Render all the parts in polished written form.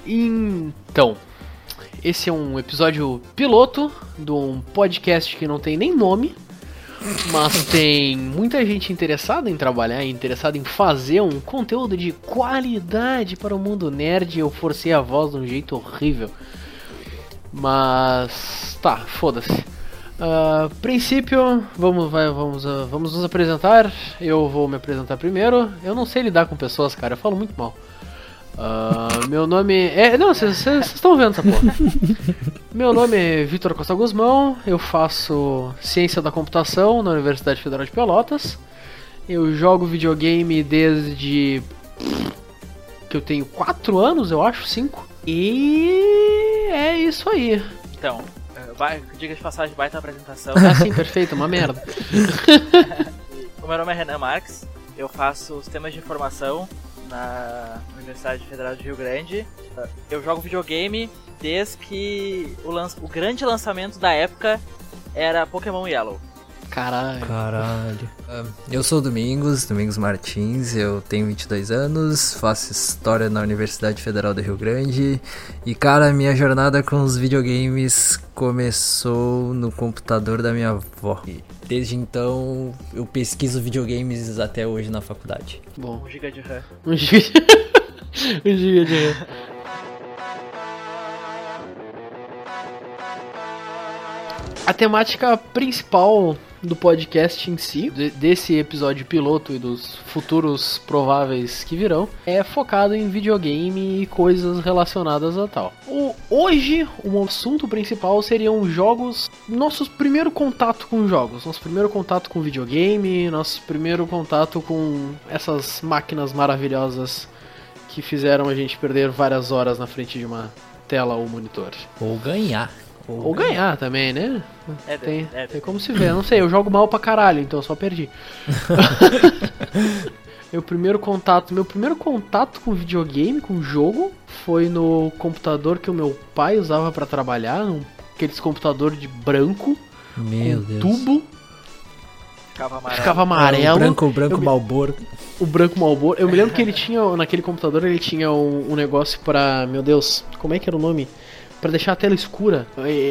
Então, esse é um episódio piloto de um podcast que não tem nem nome, mas tem muita gente interessada em trabalhar, interessada em fazer um conteúdo de qualidade para o mundo nerd. Eu forcei a voz de um jeito horrível, mas tá, foda-se. Princípio, vamos nos apresentar. Eu vou me apresentar primeiro. Eu não sei lidar com pessoas, cara, eu falo muito mal. Meu nome é... Não, vocês estão vendo essa porra. Meu nome é Vitor Costa Guzmão. Eu faço Ciência da Computação na Universidade Federal de Pelotas. Eu jogo videogame desde... que eu tenho 4 anos, eu acho, 5. E... é isso aí. Então, diga de passagem, baita apresentação. Sim, perfeito, uma merda. O meu nome é Renan Marques. Eu faço Sistemas de Informação na Universidade Federal de Rio Grande. Eu jogo videogame desde que o grande lançamento da época era Pokémon Yellow. Caralho. Eu sou o Domingos Martins, eu tenho 22 anos, faço História na Universidade Federal do Rio Grande. E cara, minha jornada com os videogames começou no computador da minha avó. Desde então, eu pesquiso videogames até hoje na faculdade. Bom, 1 GB de RAM. 1 GB de RAM. A temática principal do podcast em si, desse episódio piloto e dos futuros prováveis que virão, é focado em videogame e coisas relacionadas a tal. Hoje, o assunto principal seriam jogos, nosso primeiro contato com jogos, nosso primeiro contato com videogame, nosso primeiro contato com essas máquinas maravilhosas que fizeram a gente perder várias horas na frente de uma tela ou monitor. Ou ganhar Também, né? Tem tem. como se ver. Não sei, eu jogo mal pra caralho, então eu só perdi. Meu primeiro contato com videogame, com jogo, foi no computador que o meu pai usava pra trabalhar, aqueles computador de branco, Meu com Deus. tubo. Ficava amarelo. O branco Marlboro. O branco Marlboro. Eu me lembro que ele tinha, naquele computador, ele tinha um negócio pra... Meu Deus, como é que era o nome? Pra deixar a tela escura.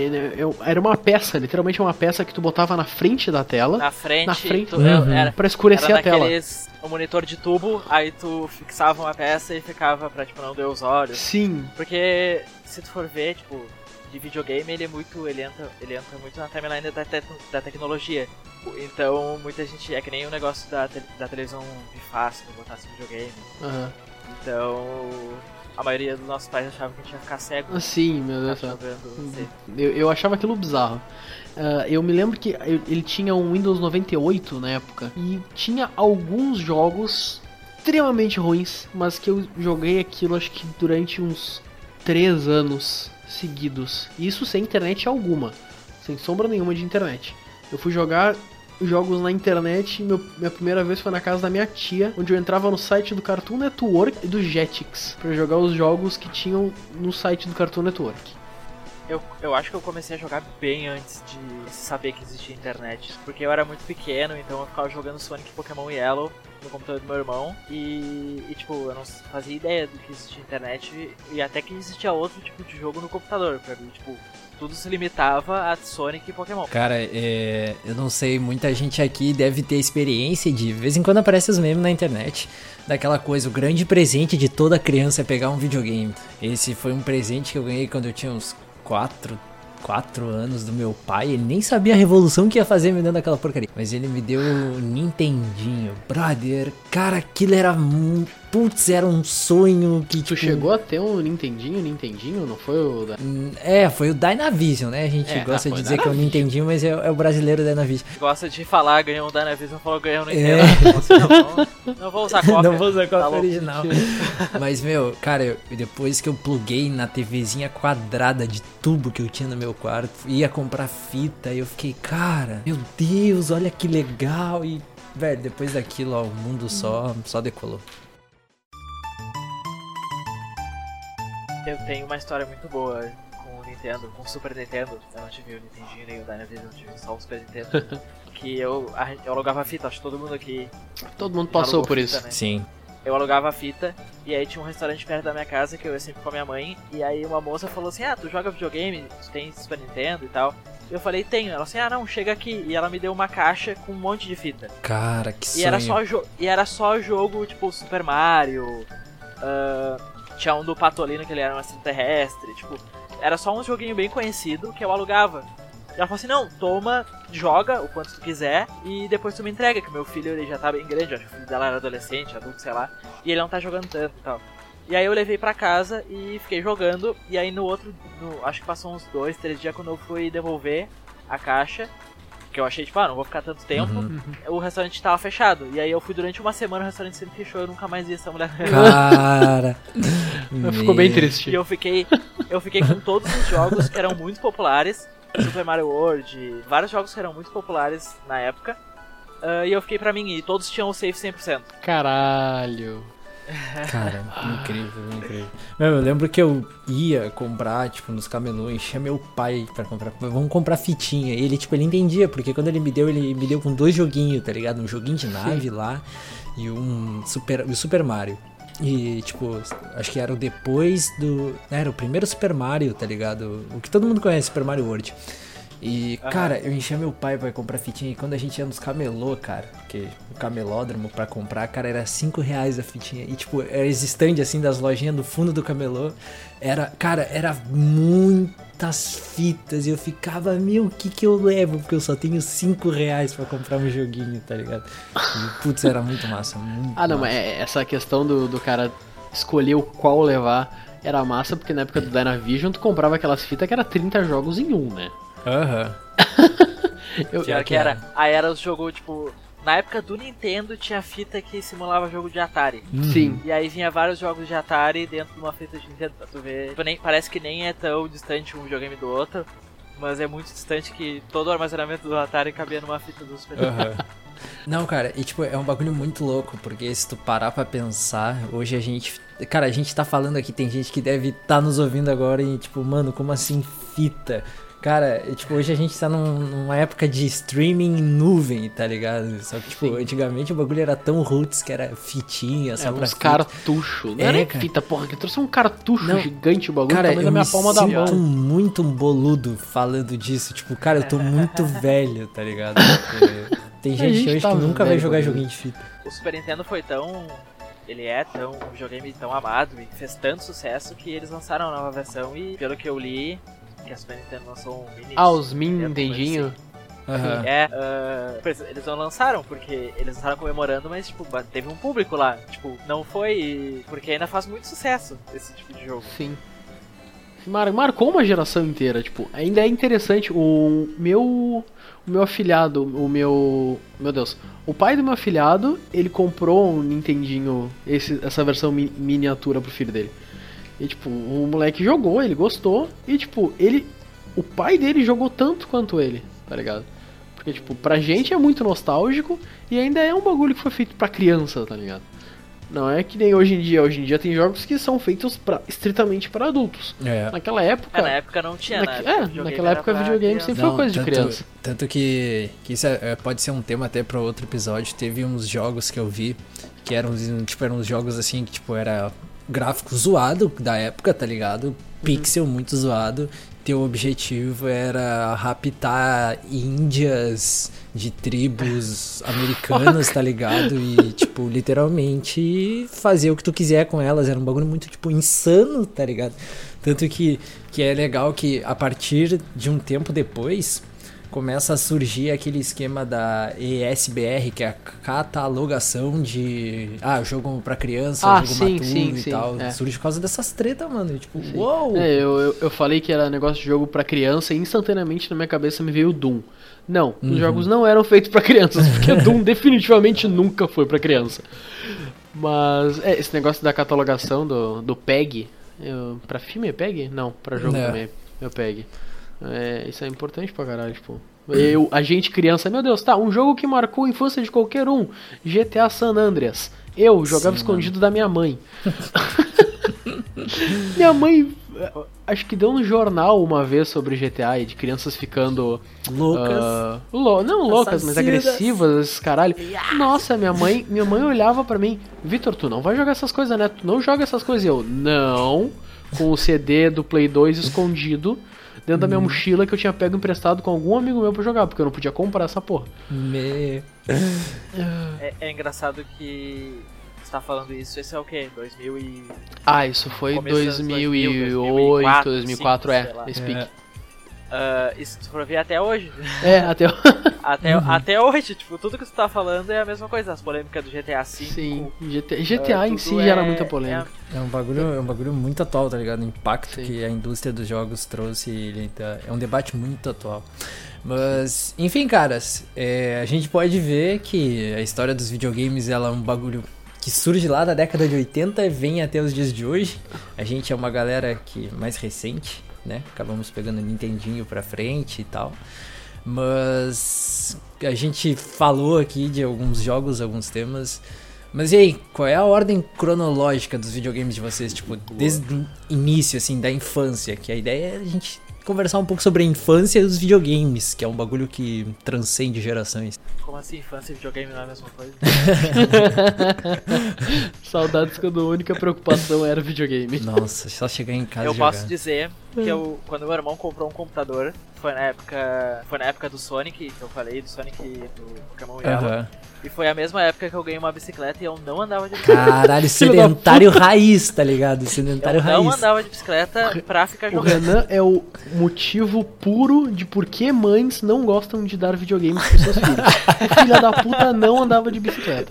Era uma peça, literalmente uma peça que tu botava na frente da tela. Na frente. Pra escurecer a tela. O monitor de tubo, aí tu fixava uma peça e ficava pra, tipo, não doer os olhos. Sim. Porque, se tu for ver, tipo, de videogame, ele entra muito na timeline da tecnologia. Então, muita gente... É que nem o negócio da televisão de fácil, botasse videogame. Uhum. Então... A maioria dos nossos pais achava que a gente ia ficar cego. Sim, meu Deus do céu. Eu achava aquilo bizarro. Eu me lembro que ele tinha um Windows 98 na época. E tinha alguns jogos extremamente ruins, mas que eu joguei aquilo acho que durante uns 3 anos seguidos. E isso sem internet alguma. Sem sombra nenhuma de internet. Eu fui jogar jogos na internet. Minha primeira vez foi na casa da minha tia, onde eu entrava no site do Cartoon Network e do Jetix pra jogar os jogos que tinham no site do Cartoon Network. Eu acho que eu comecei a jogar bem antes de saber que existia internet, porque eu era muito pequeno, então eu ficava jogando Sonic, Pokémon Yellow no computador do meu irmão e tipo, eu não fazia ideia do que existia internet e até que existia outro tipo de jogo no computador. Pra mim, tipo, tudo se limitava a Sonic e Pokémon. Cara, eu não sei, muita gente aqui deve ter experiência de vez em quando aparece os memes na internet. Daquela coisa, o grande presente de toda criança é pegar um videogame. Esse foi um presente que eu ganhei quando eu tinha uns 4 anos do meu pai. Ele nem sabia a revolução que ia fazer me dando aquela porcaria. Mas ele me deu o Nintendinho. Brother, cara, aquilo era... Putz, era um sonho que, Tu chegou a ter um Nintendinho, não foi o da... foi o Dynavision, né? A gente gosta de dizer que é o Nintendinho, mas é o brasileiro Dynavision. Gosta de falar, ganhou um Dynavision, falou ganhou um Nintendo. Não vou usar cópia. Não vou usar cópia original. Mas, meu, cara, depois que eu pluguei na TVzinha quadrada de tubo que eu tinha no meu quarto, ia comprar fita, e eu fiquei, cara, meu Deus, olha que legal. E, velho, depois daquilo, ó, o mundo só decolou. Eu tenho uma história muito boa com o Nintendo, com o Super Nintendo. Eu não tive o Nintendinho nem o Dynavision, eu tive só o Super Nintendo. Que eu alugava fita, acho que todo mundo aqui... Todo mundo passou por fita, isso. Né? Sim. eu alugava a fita, e aí tinha um restaurante perto da minha casa que eu ia sempre com a minha mãe, e aí uma moça falou assim, tu joga videogame, tu tem Super Nintendo e tal. Eu falei, tenho. Ela assim, não, chega aqui. E ela me deu uma caixa com um monte de fita. Cara, que sonho. E era só jogo, tipo, Super Mario, tinha um do Patolino que ele era um extraterrestre, tipo, era só um joguinho bem conhecido que eu alugava. E ela falou assim, não, toma, joga o quanto tu quiser e depois tu me entrega, que o meu filho ele já tá bem grande, acho que o filho dela era adolescente, adulto, sei lá, e ele não tá jogando tanto e tal. E aí eu levei pra casa e fiquei jogando, e aí acho que passou uns 2, 3 dias quando eu fui devolver a caixa, que eu achei, tipo, não vou ficar tanto tempo, o restaurante tava fechado. E aí eu fui durante uma semana, o restaurante sempre fechou, eu nunca mais vi essa mulher. Cara! Ficou bem triste. E eu fiquei com todos os jogos que eram muito populares, Super Mario World, vários jogos que eram muito populares na época, e eu fiquei pra mim, e todos tinham o save 100%. Caralho! Cara, incrível. Eu lembro que eu ia comprar, tipo, nos camelô, enchia meu pai pra comprar. Vamos comprar fitinha. E ele, tipo, ele entendia, porque quando ele me deu com 2 joguinhos, tá ligado? Um joguinho de nave lá e o Super Mario. E, tipo, acho que era o depois do... Era o primeiro Super Mario, tá ligado? O que todo mundo conhece, Super Mario World. E, cara, eu enchia meu pai pra comprar fitinha. E quando a gente ia nos camelô, cara, porque o camelódromo pra comprar, cara, era R$5 a fitinha. E, tipo, era stand, assim, das lojinhas do fundo do camelô. Era muitas fitas. E eu ficava, o que eu levo? Porque eu só tenho R$5 pra comprar um joguinho, tá ligado? E, putz, era muito massa, muito massa. Mas essa questão do cara escolher o qual levar era massa, porque na época do Dynavision tu comprava aquelas fitas que era 30 jogos em um, né? Era os jogos, tipo, na época do Nintendo tinha fita que simulava jogo de Atari. Sim. E aí vinha vários jogos de Atari dentro de uma fita de Nintendo, pra tu ver. Tipo, parece que nem é tão distante um videogame do outro, mas é muito distante que todo o armazenamento do Atari cabia numa fita do Super Nintendo. Não, cara, e tipo, é um bagulho muito louco, porque se tu parar pra pensar, hoje a gente tá falando aqui, tem gente que deve tá nos ouvindo agora e tipo, mano, como assim fita? Cara, tipo, hoje a gente tá numa época de streaming em nuvem, tá ligado? Só que, tipo, antigamente o bagulho era tão roots que era fitinha, só pra uns cartuchos. Não era fita, porra, que trouxe um cartucho gigante o bagulho, cara, tamanho da minha palma da mão. Eu me sinto muito um boludo falando disso. Tipo, cara, eu tô muito velho, tá ligado? Porque tem gente hoje que nunca vai jogar joguinho de fita. O Super Nintendo foi ele é um videogame tão amado e fez tanto sucesso que eles lançaram a nova versão e, pelo que eu li, que a Super Nintendo lançou um mini... os mini Nintendinho? Eles não lançaram, porque eles lançaram comemorando, mas, tipo, teve um público lá. Tipo, não foi... Porque ainda faz muito sucesso esse tipo de jogo. Sim. Marcou uma geração inteira, tipo, ainda é interessante, o meu afilhado, meu Deus, o pai do meu afilhado, ele comprou um Nintendinho, essa versão miniatura pro filho dele. E, tipo, o moleque jogou, ele gostou, e, tipo, o pai dele jogou tanto quanto ele, tá ligado? Porque, tipo, pra gente é muito nostálgico, e ainda é um bagulho que foi feito pra criança, tá ligado? Não é que nem hoje em dia. Hoje em dia tem jogos que são feitos estritamente para adultos. Naquela época... na época não tinha, naquela época videogame sempre foi coisa de criança. Tanto que isso pode ser um tema até para outro episódio. Teve uns jogos que eu vi que eram uns jogos assim que, tipo, era gráfico zoado da época, tá ligado? Pixel muito zoado. Teu objetivo era raptar índias de tribos americanas, tá ligado? E, tipo, literalmente fazer o que tu quiser com elas. Era um bagulho muito, tipo, insano, tá ligado? Tanto que é legal que a partir de um tempo depois começa a surgir aquele esquema da ESBR, que é a catalogação de jogo pra criança, jogo maturo e tal. Surge por causa dessas tretas, mano. Tipo, uou! Eu falei que era negócio de jogo pra criança e instantaneamente na minha cabeça me veio o Doom. Não, os jogos não eram feitos pra crianças, porque Doom definitivamente nunca foi pra criança. Mas, esse negócio da catalogação do PEG, pra filme é PEG? Não, pra jogo também é PEG. Isso é importante pra caralho, tipo. A gente criança, meu Deus, um jogo que marcou a infância de qualquer um, GTA San Andreas. Eu jogava escondido da minha mãe. Minha mãe, acho que deu no jornal uma vez sobre GTA e de crianças ficando... Loucas. Não loucas, mas Assassinas. agressivas, esses caralho. Nossa, minha mãe olhava pra mim, Vitor, tu não vai jogar essas coisas, né? Tu não joga essas coisas. E eu, não, com o CD do Play 2 escondido dentro da minha mochila que eu tinha pego emprestado com algum amigo meu pra jogar, porque eu não podia comprar essa porra. É engraçado que você tá falando isso, esse é o quê? 2000 e... Isso foi Começo dos 2008, 2004, 2004, sei lá. esse pique. Isso tu for ver até hoje. Até... Até hoje, tipo, tudo que você tá falando é a mesma coisa. As polêmicas do GTA V. Sim, GTA em tudo si gera muita polêmica. É um bagulho muito atual, tá ligado? O impacto Sim. que a indústria dos jogos trouxe, é um debate muito atual. Mas, enfim, caras, a gente pode ver que a história dos videogames ela é um bagulho que surge lá da década de 80 e vem até os dias de hoje. A gente é uma galera que mais recente, né? Acabamos pegando o Nintendinho pra frente e tal. Mas a gente falou aqui de alguns jogos, alguns temas. Mas e aí, qual é a ordem cronológica dos videogames de vocês? Tipo, desde o início, assim, da infância. Que a ideia é a gente conversar um pouco sobre a infância e os videogames, que é um bagulho que transcende gerações. Como assim, infância e videogame não é a mesma coisa? Saudades quando a única preocupação era videogame. Nossa, só chegar em casa e Eu jogar. posso dizer que quando meu irmão comprou um computador, foi na época do Sonic, que eu falei, do Sonic do Pokémon Yellow. Aham. E foi a mesma época que eu ganhei uma bicicleta e eu não andava de bicicleta. Caralho, sedentário raiz, tá ligado? Sedentário Eu não raiz. andava de bicicleta pra ficar O jogando. Renan é o motivo puro de por que mães não gostam de dar videogames pros seus filhos. O filho da puta não andava de bicicleta.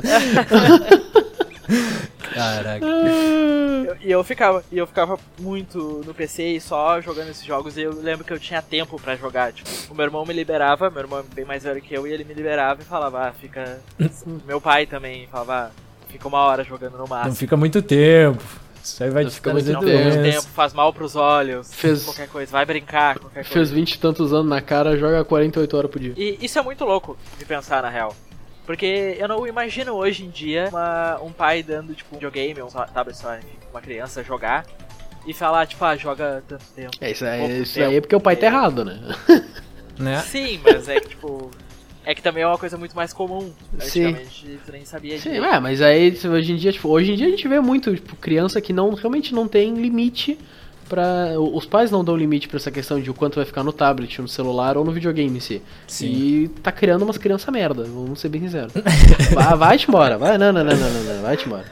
Caraca. E eu ficava muito no PC e só jogando esses jogos. E eu lembro que eu tinha tempo pra jogar. Tipo, o meu irmão me liberava, meu irmão é bem mais velho que eu, e ele me liberava e falava, fica. Meu pai também falava, fica 1 hora jogando no Não máximo. fica muito tempo. Isso aí vai Não te fica trazer muito Não tem doença. tempo, faz mal pros olhos, Fez- qualquer coisa, vai brincar, qualquer coisa. Fez 20 e tantos anos na cara, joga 48 horas por dia. E isso é muito louco de pensar, na real. Porque eu não imagino hoje em dia um pai dando, tipo, um videogame, um tablet só, enfim, uma criança jogar e falar, tipo, joga tanto tempo. Isso pouco aí é porque o pai tá tempo. errado, né? Né? Sim, mas é que, tipo... É que também é uma coisa muito mais comum. Sim. Antigamente tu nem sabia Sim, direito. mas aí hoje em dia a gente vê muito, tipo, criança que realmente não tem limite pra... Os pais não dão limite pra essa questão de o quanto vai ficar no tablet, no celular ou no videogame em si. Sim. E tá criando umas crianças merda, vamos ser bem sinceros. Vai-te embora, vai, não, vai-te embora.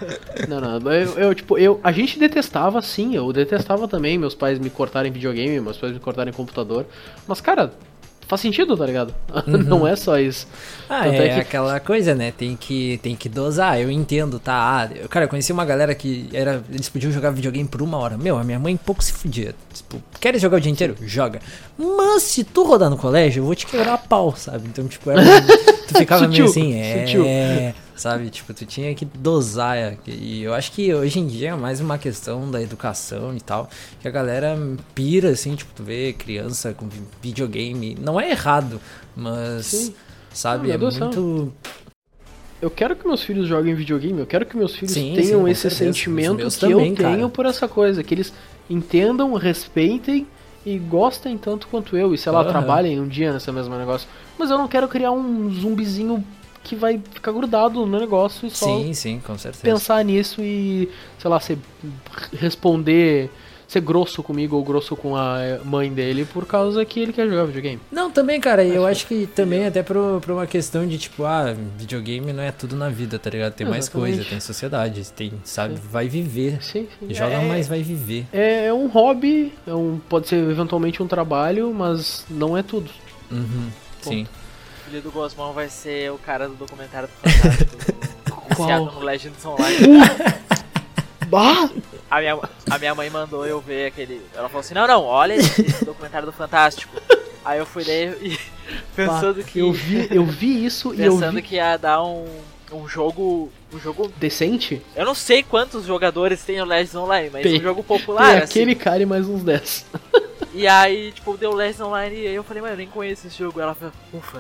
A gente detestava, sim, eu detestava também meus pais me cortarem videogame, meus pais me cortarem computador, mas, cara... Faz sentido, tá ligado? Não é só isso. Tanto É que- aquela coisa, né? Tem que dosar, eu entendo, tá? Cara, eu conheci uma galera que eles podiam jogar videogame por 1 hora. Meu, a minha mãe pouco se fudia. Tipo, queres jogar o dia inteiro? Joga. Mas se tu rodar no colégio, eu vou te quebrar a pau, sabe? Então, tipo, tu ficava meio Sutil, assim, sutil. sabe? Tipo, tu tinha que dosar. E eu acho que hoje em dia é mais uma questão da educação e tal. Que a galera pira, assim, tipo, tu vê criança com videogame. Não é errado, mas, Sim. sabe, Não, é adoção. muito... Eu quero que meus filhos joguem videogame, eu quero que meus filhos Sim, tenham com esse certeza. sentimento Os meus que também, eu tenho cara. por essa coisa, que eles entendam, respeitem e gostem tanto quanto eu, e sei lá, Aham. trabalhem um dia nesse mesmo negócio. Mas eu não quero criar um zumbizinho que vai ficar grudado no negócio e só Sim, com certeza. pensar nisso e, sei lá, responder, ser grosso comigo ou grosso com a mãe dele por causa que ele quer jogar videogame. Não, também, cara, eu acho que também até pra uma questão de, tipo, videogame não é tudo na vida, tá ligado? Tem mais Exatamente. coisa, tem sociedade, tem, sabe, vai viver. Sim. Joga, mas vai viver. É um hobby, pode ser eventualmente um trabalho, mas não é tudo. Uhum, sim. O filho do Gosmão vai ser o cara do documentário do Fantástico, viciado no Legends Online. Bah! A minha mãe mandou eu ver aquele... Ela falou assim, não, olha esse documentário do Fantástico. Aí eu fui ler e pensando que... Eu vi isso e eu Pensando vi... que ia dar um jogo... Decente? Eu não sei quantos jogadores tem o Legends Online, mas Tem. um jogo popular, Tem assim. aquele cara e mais uns 10. E aí, tipo, deu Legends Online e aí eu falei, mano, eu nem conheço esse jogo. Ela falou, ufa.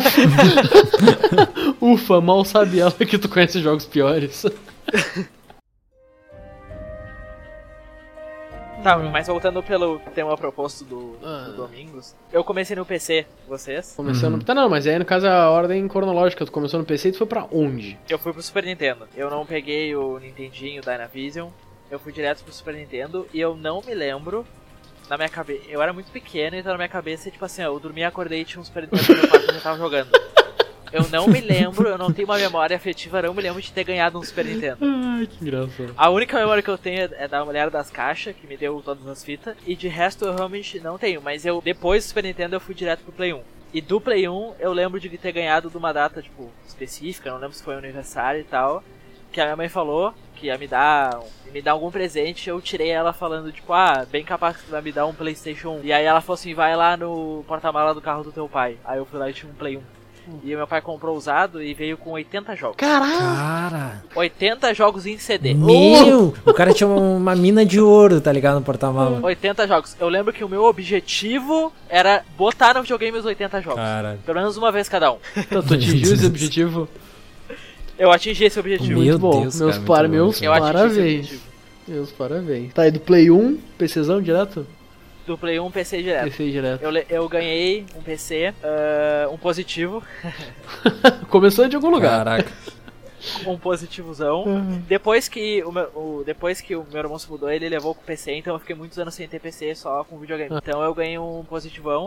Ufa, mal sabe ela que tu conhece jogos piores. Tá, mas voltando pelo tema proposto do Domingos, eu comecei no PC, vocês? Começou no... Tá, não, mas aí no caso a ordem cronológica, tu começou no PC e tu foi pra onde? Eu fui pro Super Nintendo. Eu não peguei o Nintendinho, o Dynavision, eu fui direto pro Super Nintendo e eu não me lembro, na minha cabeça, eu era muito pequeno, então na minha cabeça, tipo assim, eu dormia, acordei e tinha um Super Nintendo no meu quarto que eu tava jogando. Eu não me lembro, eu não tenho uma memória afetiva, não me lembro de ter ganhado um Super Nintendo. Ai, que engraçado. A única memória que eu tenho é da mulher das caixas, que me deu todas as fitas, e de resto eu realmente não tenho, mas eu, depois do Super Nintendo, eu fui direto pro Play 1. E do Play 1, eu lembro de ter ganhado de uma data, tipo, específica, não lembro se foi um aniversário e tal, que a minha mãe falou que ia me dar algum presente, eu tirei ela falando, tipo, bem capaz que tu vai me dar um PlayStation 1. E aí ela falou assim, vai lá no porta-mala do carro do teu pai. Aí eu fui lá e tinha um Play 1. E meu pai comprou usado e veio com 80 jogos. Cara! 80 jogos em CD. Meu! O cara tinha uma mina de ouro, tá ligado, no porta-mala. 80 jogos. Eu lembro que o meu objetivo era botar no videogame os 80 jogos. Cara. Pelo menos uma vez cada um. Então, tu atingiu esse objetivo? Eu atingi esse objetivo. Meu Muito bom. Deus, meus cara, meus eu atingi esse parabéns. objetivo. Meus parabéns. Tá, e do Play 1, PCzão direto? Do Play 1, PC direto. PC direto. Eu ganhei um PC, um positivo. Começou de algum lugar. Caraca. Um positivozão. Depois que o meu irmão se mudou, ele levou com o PC, então eu fiquei muitos anos sem ter PC, só com videogame. Então eu ganhei um positivão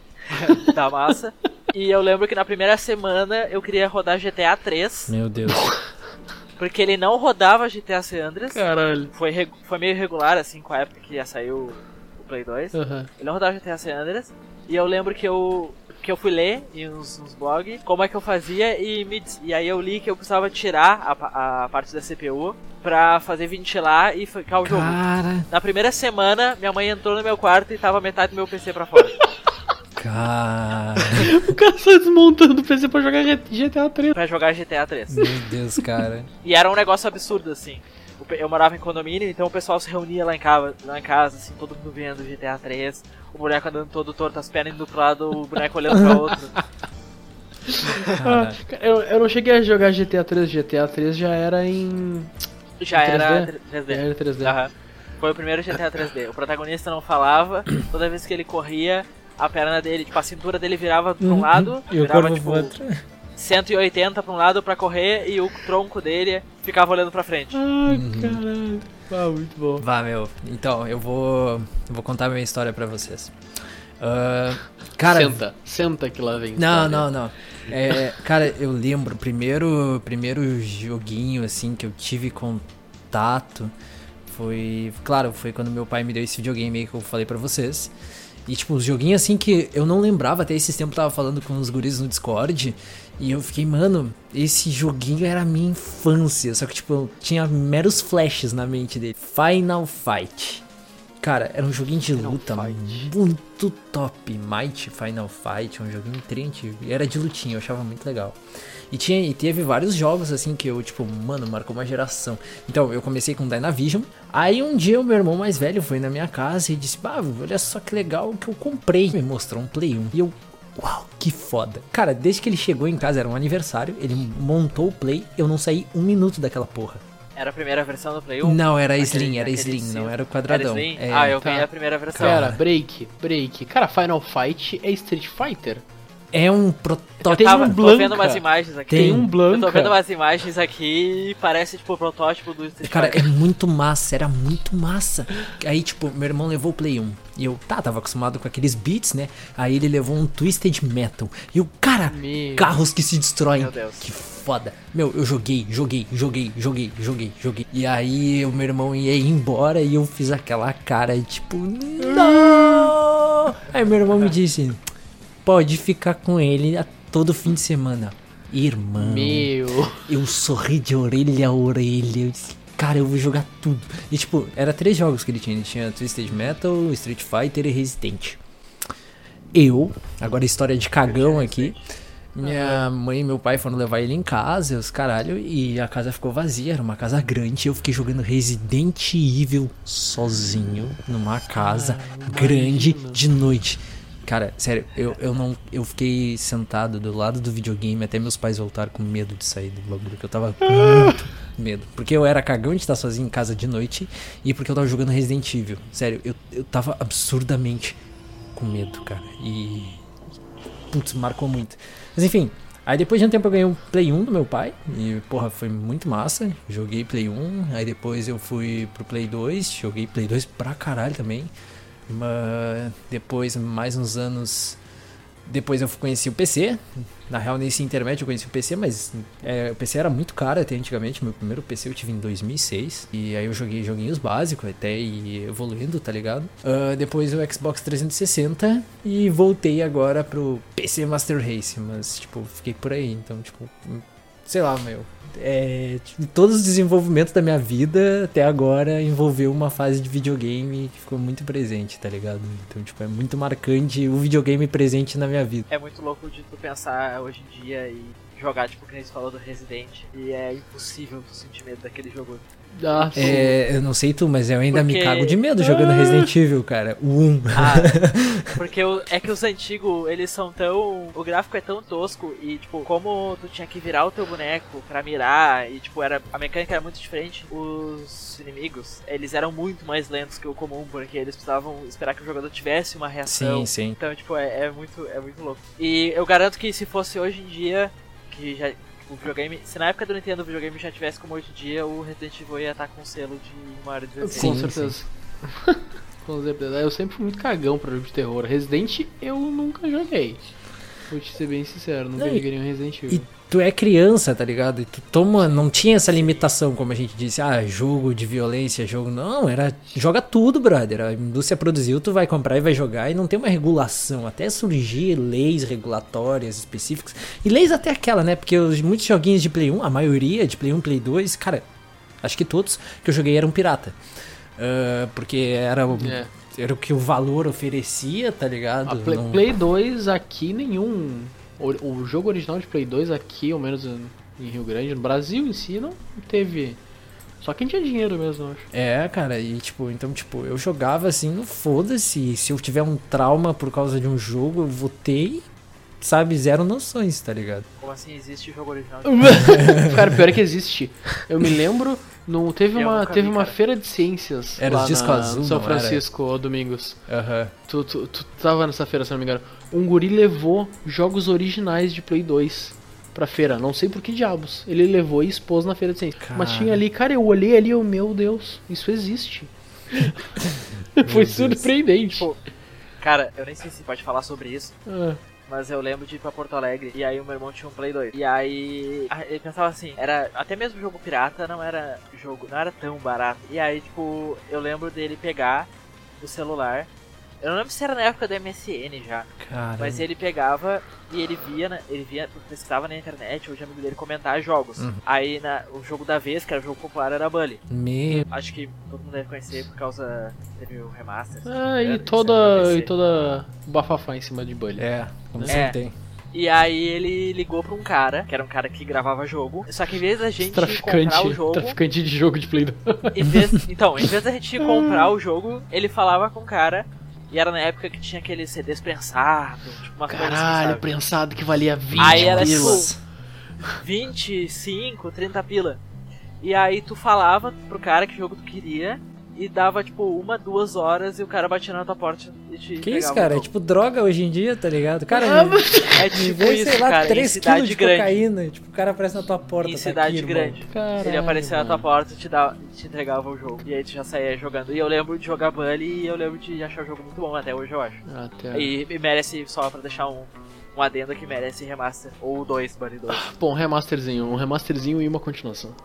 da massa. E eu lembro que na primeira semana eu queria rodar GTA 3. Meu Deus. Porque ele não rodava GTA San Andreas. Caralho. Foi meio irregular, assim, com a época que já saiu o Play 2. Uhum. Ele não rodava GTA San Andreas. E eu lembro que eu fui ler em uns blogs como é que eu fazia e aí eu li que eu precisava tirar a parte da CPU pra fazer ventilar e ficar o jogo. Cara. Na primeira semana, minha mãe entrou no meu quarto e tava metade do meu PC pra fora. Cara. O cara só desmontando o PC pra jogar GTA 3. Pra jogar GTA 3. Meu Deus, cara. E era um negócio absurdo, assim. Eu morava em condomínio, então o pessoal se reunia lá em casa, assim, todo mundo vendo GTA 3. O boneco andando todo torto, as pernas indo pro lado, o boneco olhando pra outro. Eu não cheguei a jogar GTA 3. GTA 3 já era em... Já era 3D. Já era 3D. Uhum. Foi o primeiro GTA 3D. O protagonista não falava, toda vez que ele corria, a perna dele, tipo, a cintura dele virava pra um lado, E o virava, corpo tipo, pro outro. 180 pra um lado pra correr e o tronco dele ficava olhando pra frente. Ai, caralho. Muito bom. Vá, meu. Então, eu vou contar minha história pra vocês. Cara... Senta que lá vem. Não. Cara, eu lembro, o primeiro joguinho, assim, que eu tive contato foi quando meu pai me deu esse videogame aí que eu falei pra vocês. E, tipo, os joguinhos, assim, que eu não lembrava, até esses tempos eu tava falando com os guris no Discord, e eu fiquei, mano, esse joguinho era a minha infância, só que, tipo, eu tinha meros flashes na mente dele. Final Fight. Cara, era um joguinho de luta muito top. Might Final Fight, um joguinho antigo. E era de lutinha, eu achava muito legal. E teve vários jogos assim que eu, tipo, mano, marcou uma geração. Então, eu comecei com Dynavision. Aí um dia o meu irmão mais velho foi na minha casa e disse, olha só que legal que eu comprei. Me mostrou um Play 1. E eu, uau, que foda. Cara, desde que ele chegou em casa, era um aniversário, ele montou o Play, eu não saí um minuto daquela porra. Era a primeira versão do Play 1? Não, era Slim, não era o quadradão. Era Slim? Eu ganhei a primeira versão. Cara, break. Cara, Final Fight é Street Fighter? É um protótipo. Tô vendo umas imagens aqui. Tem um Blanca. Eu tô vendo umas imagens aqui e parece tipo o protótipo do Street Fighter. Cara, é muito massa, era muito massa. Aí, tipo, meu irmão levou o Play 1. E eu, tava acostumado com aqueles beats, né? Aí ele levou um Twisted Metal. E eu, cara, carros que se destroem. Meu Deus. Que foda. Meu, eu joguei. E aí o meu irmão ia embora e eu fiz aquela cara, tipo, não! Aí meu irmão me disse, pode ficar com ele a todo fim de semana. Irmão, eu sorri de orelha a orelha. Eu disse, cara, eu vou jogar tudo. E tipo, era 3 jogos que ele tinha. Ele tinha Twisted Metal, Street Fighter e Resident. Agora história de cagão aqui. Minha mãe e meu pai foram levar ele em casa, os caralho, e a casa ficou vazia, era uma casa grande. Eu fiquei jogando Resident Evil sozinho, numa casa grande de noite. Cara, sério, eu fiquei sentado do lado do videogame até meus pais voltaram com medo de sair do bagulho, que eu tava medo. Porque eu era cagão de estar sozinho em casa de noite e porque eu tava jogando Resident Evil. Sério, eu tava absurdamente com medo, cara. E... putz, marcou muito. Mas enfim, aí depois de um tempo eu ganhei um Play 1 do meu pai. E, porra, foi muito massa. Joguei Play 1. Aí depois eu fui pro Play 2. Joguei Play 2 pra caralho também. Mas depois, mais uns anos... depois eu conheci o PC. Na real, nesse intermédio eu conheci o PC, mas o PC era muito caro até antigamente. Meu primeiro PC eu tive em 2006. E aí eu joguei joguinhos básicos até ir evoluindo, tá ligado? Depois o Xbox 360 e voltei agora pro PC Master Race. Mas, tipo, fiquei por aí. Então, tipo, sei lá, tipo, todos os desenvolvimentos da minha vida até agora envolveu uma fase de videogame que ficou muito presente, tá ligado? Então, tipo, é muito marcante o videogame presente na minha vida. É muito louco de tu pensar hoje em dia e jogar, tipo, que nem você falou do Resident, e é impossível tu sentir medo daquele jogo. Eu não sei tu, mas eu ainda me cago de medo jogando Resident Evil, cara. O 1. Porque é que os antigos, eles são tão... o gráfico é tão tosco e, tipo, como tu tinha que virar o teu boneco pra mirar e, tipo, a mecânica era muito diferente, os inimigos, eles eram muito mais lentos que o comum, porque eles precisavam esperar que o jogador tivesse uma reação. Sim, sim. Então, tipo, é muito louco. E eu garanto que se fosse hoje em dia, que já... o videogame, se na época do Nintendo o videogame já tivesse como hoje em dia, o Resident Evil ia estar com o selo de maior de 16. Com certeza. Com certeza. Eu sempre fui muito cagão pra jogo de terror. Resident eu nunca joguei. Vou te ser bem sincero, nunca joguei nenhum Resident Evil. E tu é criança, tá ligado? E tu não tinha essa limitação, como a gente disse, jogo de violência, jogo... Não, joga tudo, brother. A indústria produziu, tu vai comprar e vai jogar e não tem uma regulação. Até surgir leis regulatórias específicas. E leis até aquela, né? Porque muitos joguinhos de Play 1, a maioria de Play 1, Play 2, cara, acho que todos que eu joguei eram pirata. Porque era o que o valor oferecia, tá ligado? Play 2 aqui nenhum... O jogo original de Play 2 aqui, ao menos em Rio Grande, no Brasil em si, não teve. Só quem tinha dinheiro mesmo, eu acho. Cara, e tipo, então, tipo, eu jogava assim, no foda-se. Se eu tiver um trauma por causa de um jogo, eu vou ter, sabe, zero noções, tá ligado? Como assim existe jogo original? Cara, pior é que existe. Eu me lembro, teve uma feira de ciências era lá disco azul, em São Francisco, Domingos. Uhum. Tu tava nessa feira, se não me engano. Um guri levou jogos originais de Play 2 pra feira. Não sei por que diabos. Ele levou e expôs na feira de ciências. Mas tinha ali, cara, eu olhei ali, meu Deus, isso existe. Foi surpreendente. Tipo, cara, eu nem sei se pode falar sobre isso. Mas eu lembro de ir pra Porto Alegre e aí o meu irmão tinha um Play 2. E aí ele pensava assim, até mesmo jogo pirata não era tão barato. E aí, tipo, eu lembro dele pegar o celular. Eu não lembro se era na época do MSN já. Caramba. Mas ele pegava e ele via, pesquisava na internet, o amigo dele comentar jogos. Aí o jogo da vez, que era o jogo popular, era Bully. Acho que todo mundo deve conhecer por causa teve o remaster. E toda bafafá em cima de Bully. Como sempre tem. E aí ele ligou pra um cara, que era um cara que gravava jogo. Só que em vez da gente comprar o jogo... Traficante de jogo de Play 2. Em vez da gente comprar o jogo, ele falava com o cara. E era na época que tinha aqueles CDs prensados, tipo uma coisa assim, sabe? Prensado que valia 20 aí era pilas. Tipo 25, 30 pila. E aí tu falava pro cara que jogo tu queria e dava tipo 1-2 horas e o cara batia na tua porta e te Que isso, cara? É tipo droga hoje em dia, tá ligado? Cara, é tipo isso, sei lá, cara, 3 quilos de cocaína. Tipo, o cara aparece na tua porta. Em cidade grande. Caralho, ele aparecia na tua porta e te entregava o jogo. E aí tu já saía jogando. E eu lembro de jogar Bully e eu lembro de achar o jogo muito bom, até hoje eu acho. E merece, só pra deixar um adendo que merece remaster. Ou 2, Bully 2. Bom, um remasterzinho e uma continuação.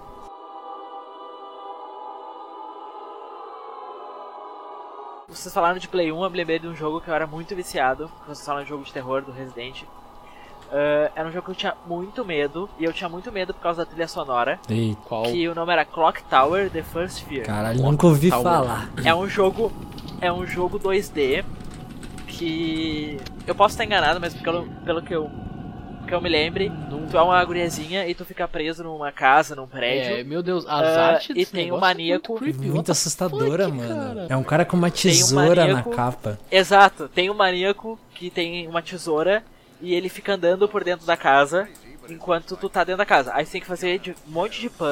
Vocês falaram de Play 1, eu me lembrei de um jogo que eu era muito viciado. Vocês falaram de jogo de terror do Resident. Era um jogo que eu tinha muito medo. E eu tinha muito medo por causa da trilha sonora. E qual? Que o nome era Clock Tower The First Fear. Caralho, nunca ouvi falar. É um jogo 2D que... Eu posso estar enganado, mas pelo que eu me lembre, tu é uma guriazinha e tu fica preso numa casa, num prédio. Meu Deus, as artes e tem um maníaco muito assustadora, mano. Cara? É um cara com uma tesoura na capa. Exato, tem um maníaco que tem uma tesoura e ele fica andando por dentro da casa enquanto tu tá dentro da casa. Aí você tem que fazer um monte de puzzle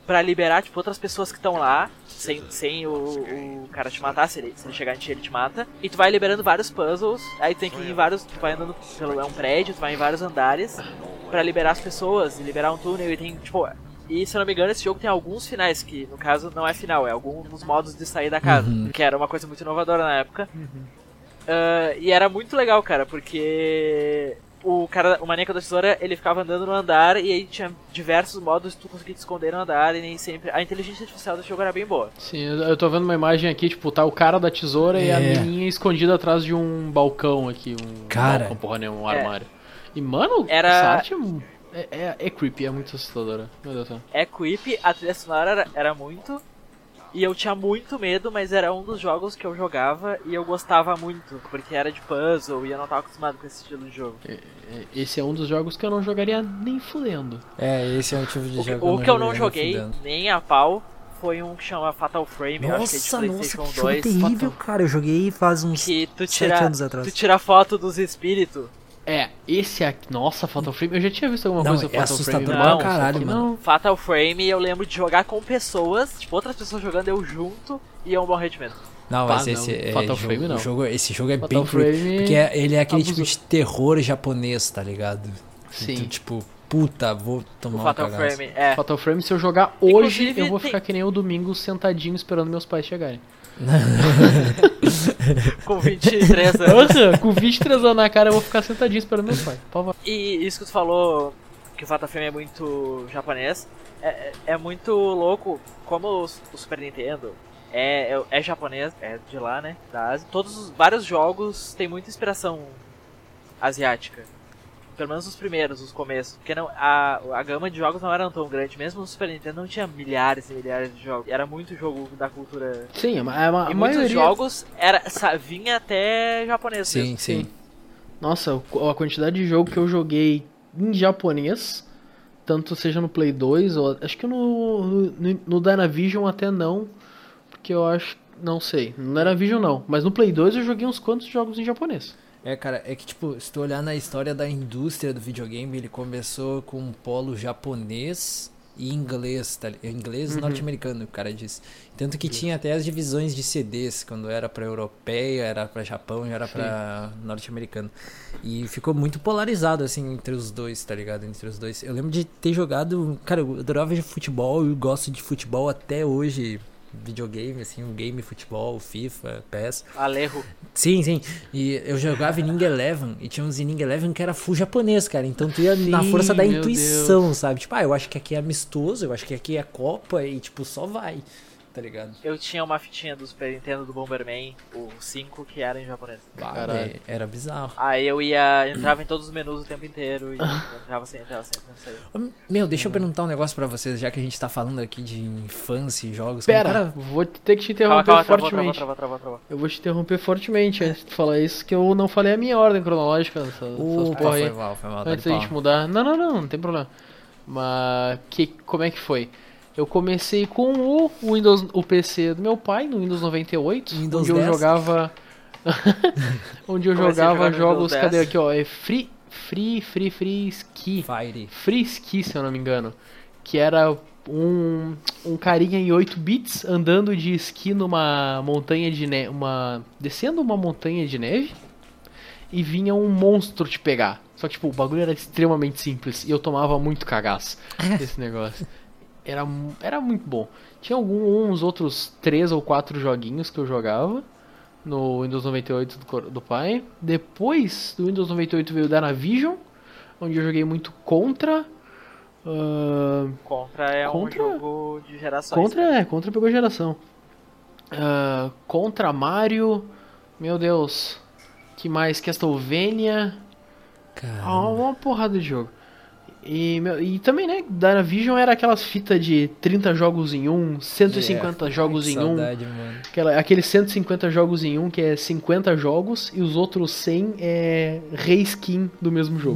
pra liberar, tipo, outras pessoas que estão lá, sem o cara te matar, se ele chegar em ti, ele te mata. E tu vai liberando vários puzzles, aí tem que ir em vários, tu vai andando é um prédio, tu vai em vários andares pra liberar as pessoas e liberar um túnel e tem, tipo... E se eu não me engano, esse jogo tem alguns finais, que no caso não é final, é alguns modos de sair da casa, que era uma coisa muito inovadora na época. E era muito legal, cara, porque o maníaco da tesoura, ele ficava andando no andar e aí tinha diversos modos de tu conseguir te esconder no andar e nem sempre... A inteligência artificial do jogo era bem boa. Sim, eu tô vendo uma imagem aqui, tipo, tá o cara da tesoura e a menininha escondida atrás de um balcão aqui, balcão, porra nenhuma, um armário. E, mano, essa arte é creepy, é muito assustadora. Meu Deus do céu. É creepy, a trilha sonora era muito... E eu tinha muito medo, mas era um dos jogos que eu jogava e eu gostava muito, porque era de puzzle e eu não tava acostumado com esse estilo de jogo. Esse é um dos jogos que eu não jogaria nem fudendo. Esse é um tipo de jogo o que eu não joguei nem a pau foi um que chama Fatal Frame, eu acho que é de PlayStation 2. Que jogo terrível, cara, eu joguei faz uns 7 anos atrás. Tu tira foto dos espíritos. Esse aqui... Nossa, Fatal Frame... Eu já tinha visto alguma coisa sobre Fatal Frame. Não, caralho, mano. Fatal Frame, eu lembro de jogar com pessoas, tipo, outras pessoas jogando, eu junto, e eu morrer de medo. Não, mas esse Fatal Frame não. Esse jogo é Fatal bem Frame, porque ele é aquele tipo de terror japonês, tá ligado? Sim. Então, tipo, puta, vou tomar um Fatal cagaço. Frame, Fatal Frame, se eu jogar hoje, Inclusive, eu vou ficar que nem o domingo sentadinho esperando meus pais chegarem. Com 23 anos. Com 23 anos na cara, eu vou ficar sentadinho esperando meus pais. E isso que tu falou, que o Fatal Frame é muito japonês, é muito louco como o Super Nintendo é japonês, é de lá, né, da Ásia. Vários jogos têm muita inspiração asiática. Pelo menos os primeiros, os começos. Porque a gama de jogos não era tão grande. Mesmo no Super Nintendo não tinha milhares e milhares de jogos. Era muito jogo da cultura. Sim, e muitos jogos vinha até japonês. Sim. Nossa, a quantidade de jogo que eu joguei em japonês, tanto seja no Play 2, ou acho que no Dynavision até não, porque eu acho... Não sei, no Dynavision não. Mas no Play 2 eu joguei uns quantos jogos em japonês. Cara, é que tipo, se tu olhar na história da indústria do videogame, ele começou com um polo japonês e inglês, inglês e norte-americano, o cara disse. Tanto que tinha até as divisões de CDs, quando era pra europeia, era pra Japão e era pra norte-americano. E ficou muito polarizado, assim, entre os dois, tá ligado? Entre os dois. Eu lembro de ter jogado... Cara, eu adorava futebol e gosto de futebol até hoje. Videogame, assim, um game, futebol, FIFA, PES. Alejo. Sim. E eu jogava Inning Eleven e tinha uns Inning Eleven que era full japonês, cara. Então tu ia na força da intuição, sabe? Tipo, eu acho que aqui é amistoso, eu acho que aqui é Copa e, tipo, só vai, tá ligado? Eu tinha uma fitinha do Super Nintendo do Bomberman, o 5, que era em japonês. Era bizarro. Aí eu entrava em todos os menus o tempo inteiro e entrava sem, não sei. Meu, deixa eu perguntar um negócio pra vocês, já que a gente tá falando aqui de infância e jogos. Pera, vou ter que te interromper fortemente. Travou. Eu vou te interromper fortemente antes de tu falar isso, que eu não falei a minha ordem cronológica dessas porra aí. Foi mal. Antes da gente mudar. Não tem problema. Mas como é que foi? Eu comecei com o Windows, o PC do meu pai, no Windows 98, Windows onde 10. eu jogava onde eu jogava jogos, cadê aqui, ó, é Free Ski. Free Ski, se eu não me engano, que era um carinha em 8 bits andando de esqui numa montanha de neve, descendo uma montanha de neve, e vinha um monstro te pegar. Só que tipo, o bagulho era extremamente simples e eu tomava muito cagaço esse negócio. Era muito bom. Tinha alguns outros 3 ou 4 joguinhos que eu jogava no Windows 98 do pai. Depois do Windows 98 veio o Dynavision, onde eu joguei muito Contra. Contra um jogo de gerações. Contra pegou geração. Contra Mario. Meu Deus. Que mais? Castlevania. Uma porrada de jogo. E também, né, Dynavision era aquelas fitas de 30 jogos em um, 150 jogos em saudade, um. Mano. Aqueles 150 jogos em um, que é 50 jogos, e os outros 100 é reskin do mesmo jogo.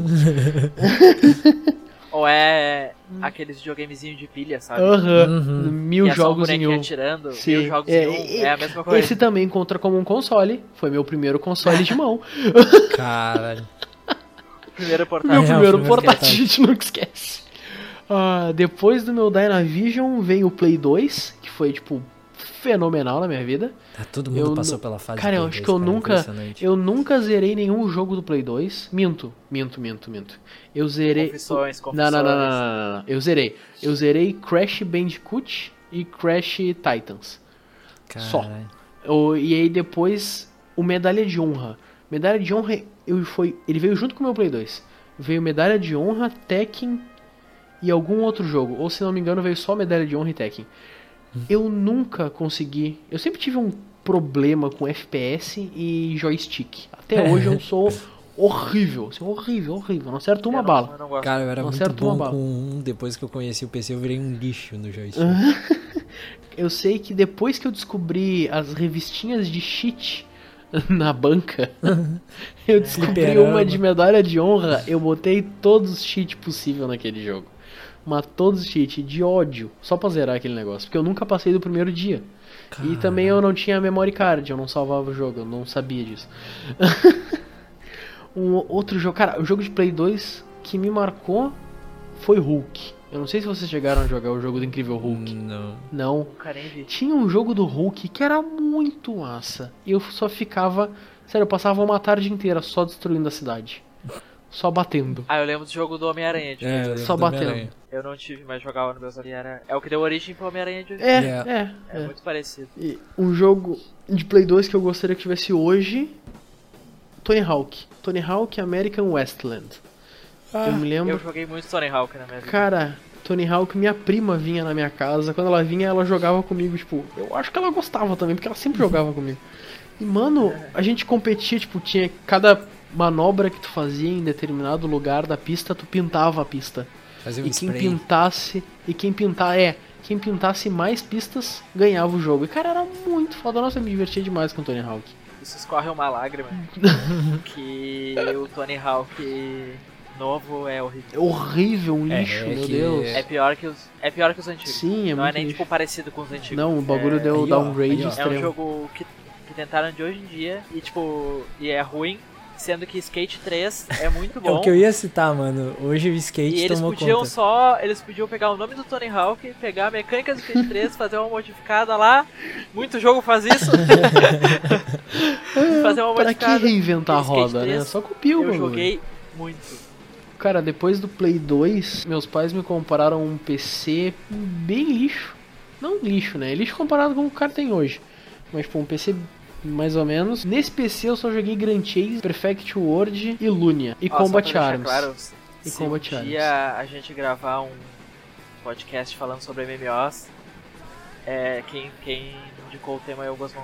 Ou é aqueles videogamezinhos de pilha, sabe? 1000 jogos em um. Atirando, 1000 jogos em um, é a mesma coisa. Esse também conta como um console, foi meu primeiro console de mão. Caralho. Primeiro portátil. Meu primeiro portátil, a gente nunca esquece. Depois do meu Dynavision veio o Play 2, que foi, tipo, fenomenal na minha vida. Todo mundo passou pela fase Cara, do eu Play acho 2, que eu nunca zerei nenhum jogo do Play 2. Minto. Eu zerei... Confissões. Não. Eu zerei Crash Bandicoot e Crash Titans. Caralho. Só. E aí depois o Medalha de Honra. Medalha de Honra ele veio junto com o meu Play 2. Veio Medalha de Honra, Tekken e algum outro jogo. Ou se não me engano veio só Medalha de Honra e Tekken. Eu nunca consegui. Eu sempre tive um problema com FPS e joystick. Até hoje eu sou horrível. Assim, horrível. Não acerto uma bala. Cara, eu era muito bom com um. Depois que eu conheci o PC, eu virei um lixo no joystick. Eu sei que depois que eu descobri as revistinhas de cheat na banca, eu descobri uma de Medalha de Honra, eu botei todos os cheats possíveis naquele jogo. Mas todos os cheats de ódio, só pra zerar aquele negócio, porque eu nunca passei do primeiro dia. Caramba. E também eu não tinha memory card, eu não salvava o jogo, eu não sabia disso. Outro jogo, cara, o jogo de Play 2 que me marcou foi Hulk. Eu não sei se vocês chegaram a jogar o jogo do Incrível Hulk. Não. Tinha um jogo do Hulk que era muito massa. E eu só ficava... Sério, eu passava uma tarde inteira só destruindo a cidade. Só batendo. Eu lembro do jogo do Homem-Aranha. Só batendo. Eu não tive, mas jogava no meu celular. É o que deu origem pro Homem-Aranha de hoje. É muito parecido. E um jogo de Play 2 que eu gostaria que tivesse hoje... Tony Hawk American Wasteland. Eu me lembro... Eu joguei muito Tony Hawk na minha vida. Cara, Tony Hawk, minha prima vinha na minha casa. Quando ela vinha, ela jogava comigo, tipo... Eu acho que ela gostava também, porque ela sempre jogava comigo. E, mano, a gente competia, tipo, tinha cada manobra que tu fazia em determinado lugar da pista, tu pintava a pista. Fazia e quem pintasse mais pistas, ganhava o jogo. E, cara, era muito foda. Nossa, eu me divertia demais com o Tony Hawk. Isso escorre uma lágrima. Que o Tony Hawk... novo é horrível. É horrível, um lixo, meu Deus. É pior que os antigos. Sim, não é nem tipo parecido com os antigos. Não, o bagulho deu downgrade extremo. É um jogo que tentaram de hoje em dia e é ruim, sendo que Skate 3 é muito bom. É o que eu ia citar, mano. Hoje o Skate tomou conta. Eles podiam pegar o nome do Tony Hawk, pegar a mecânica do Skate 3, fazer uma modificada lá. Muito jogo faz isso. Fazer uma modificada. Pra que reinventar a roda, 3, né? Só copia o bagulho. Eu joguei muito. Cara, depois do Play 2, meus pais me compraram um PC bem lixo. Não lixo, né? Lixo comparado com o que o cara tem hoje. Mas, tipo, um PC mais ou menos. Nesse PC eu só joguei Grand Chase, Perfect World e Lunia. E Combat Arms. Claro, se um dia a gente gravar um podcast falando sobre MMOs, quem indicou o tema é o Gosmon.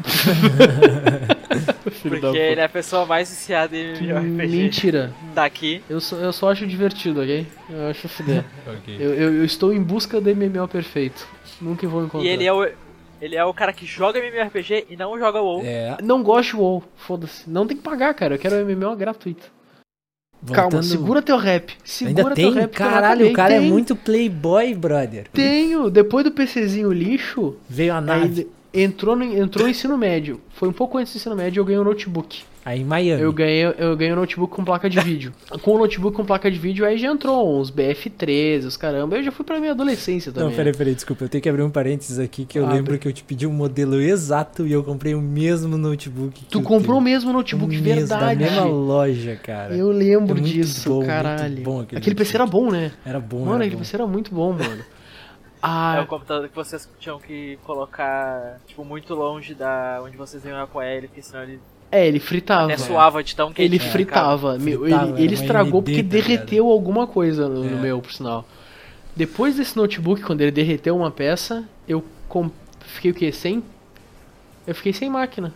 Porque ele é a pessoa mais viciada em MMORPG. Mentira. Daqui. Eu só acho divertido, ok? Eu acho foder. Okay. Eu estou em busca do MMO perfeito. Nunca vou encontrar. E ele é o cara que joga MMORPG e não joga WoW. Não gosto de WoW, foda-se. Não tem que pagar, cara. Eu quero MMO gratuito. Calma, segura teu rap. Ainda tem? Rap. Caralho, o cara é muito playboy, brother. Tenho. Depois do PCzinho lixo... Veio a nave. Entrou no ensino médio. Foi um pouco antes do ensino médio, eu ganhei um notebook. Aí em Miami. Eu ganhei um notebook com placa de vídeo. Com o notebook com placa de vídeo, aí já entrou uns BF13, os caramba. Eu já fui pra minha adolescência também. Não, peraí, desculpa. Eu tenho que abrir um parênteses aqui, que eu lembro que eu te pedi um modelo exato e eu comprei o mesmo notebook. Tu comprou o mesmo notebook, verdade. Da mesma loja, cara. Eu lembro disso, caralho. Muito bom aquele PC era bom, né? Era bom, mano, aquele PC era muito bom, mano. É o computador que vocês tinham que colocar, tipo, muito longe da onde vocês iam apoiar ele, porque senão ele... ele fritava. Até suava de tão quente. Ele fritava. Ele estragou porque derreteu alguma coisa no meu, por sinal. Depois desse notebook, quando ele derreteu uma peça, eu fiquei o quê? Eu fiquei sem máquina.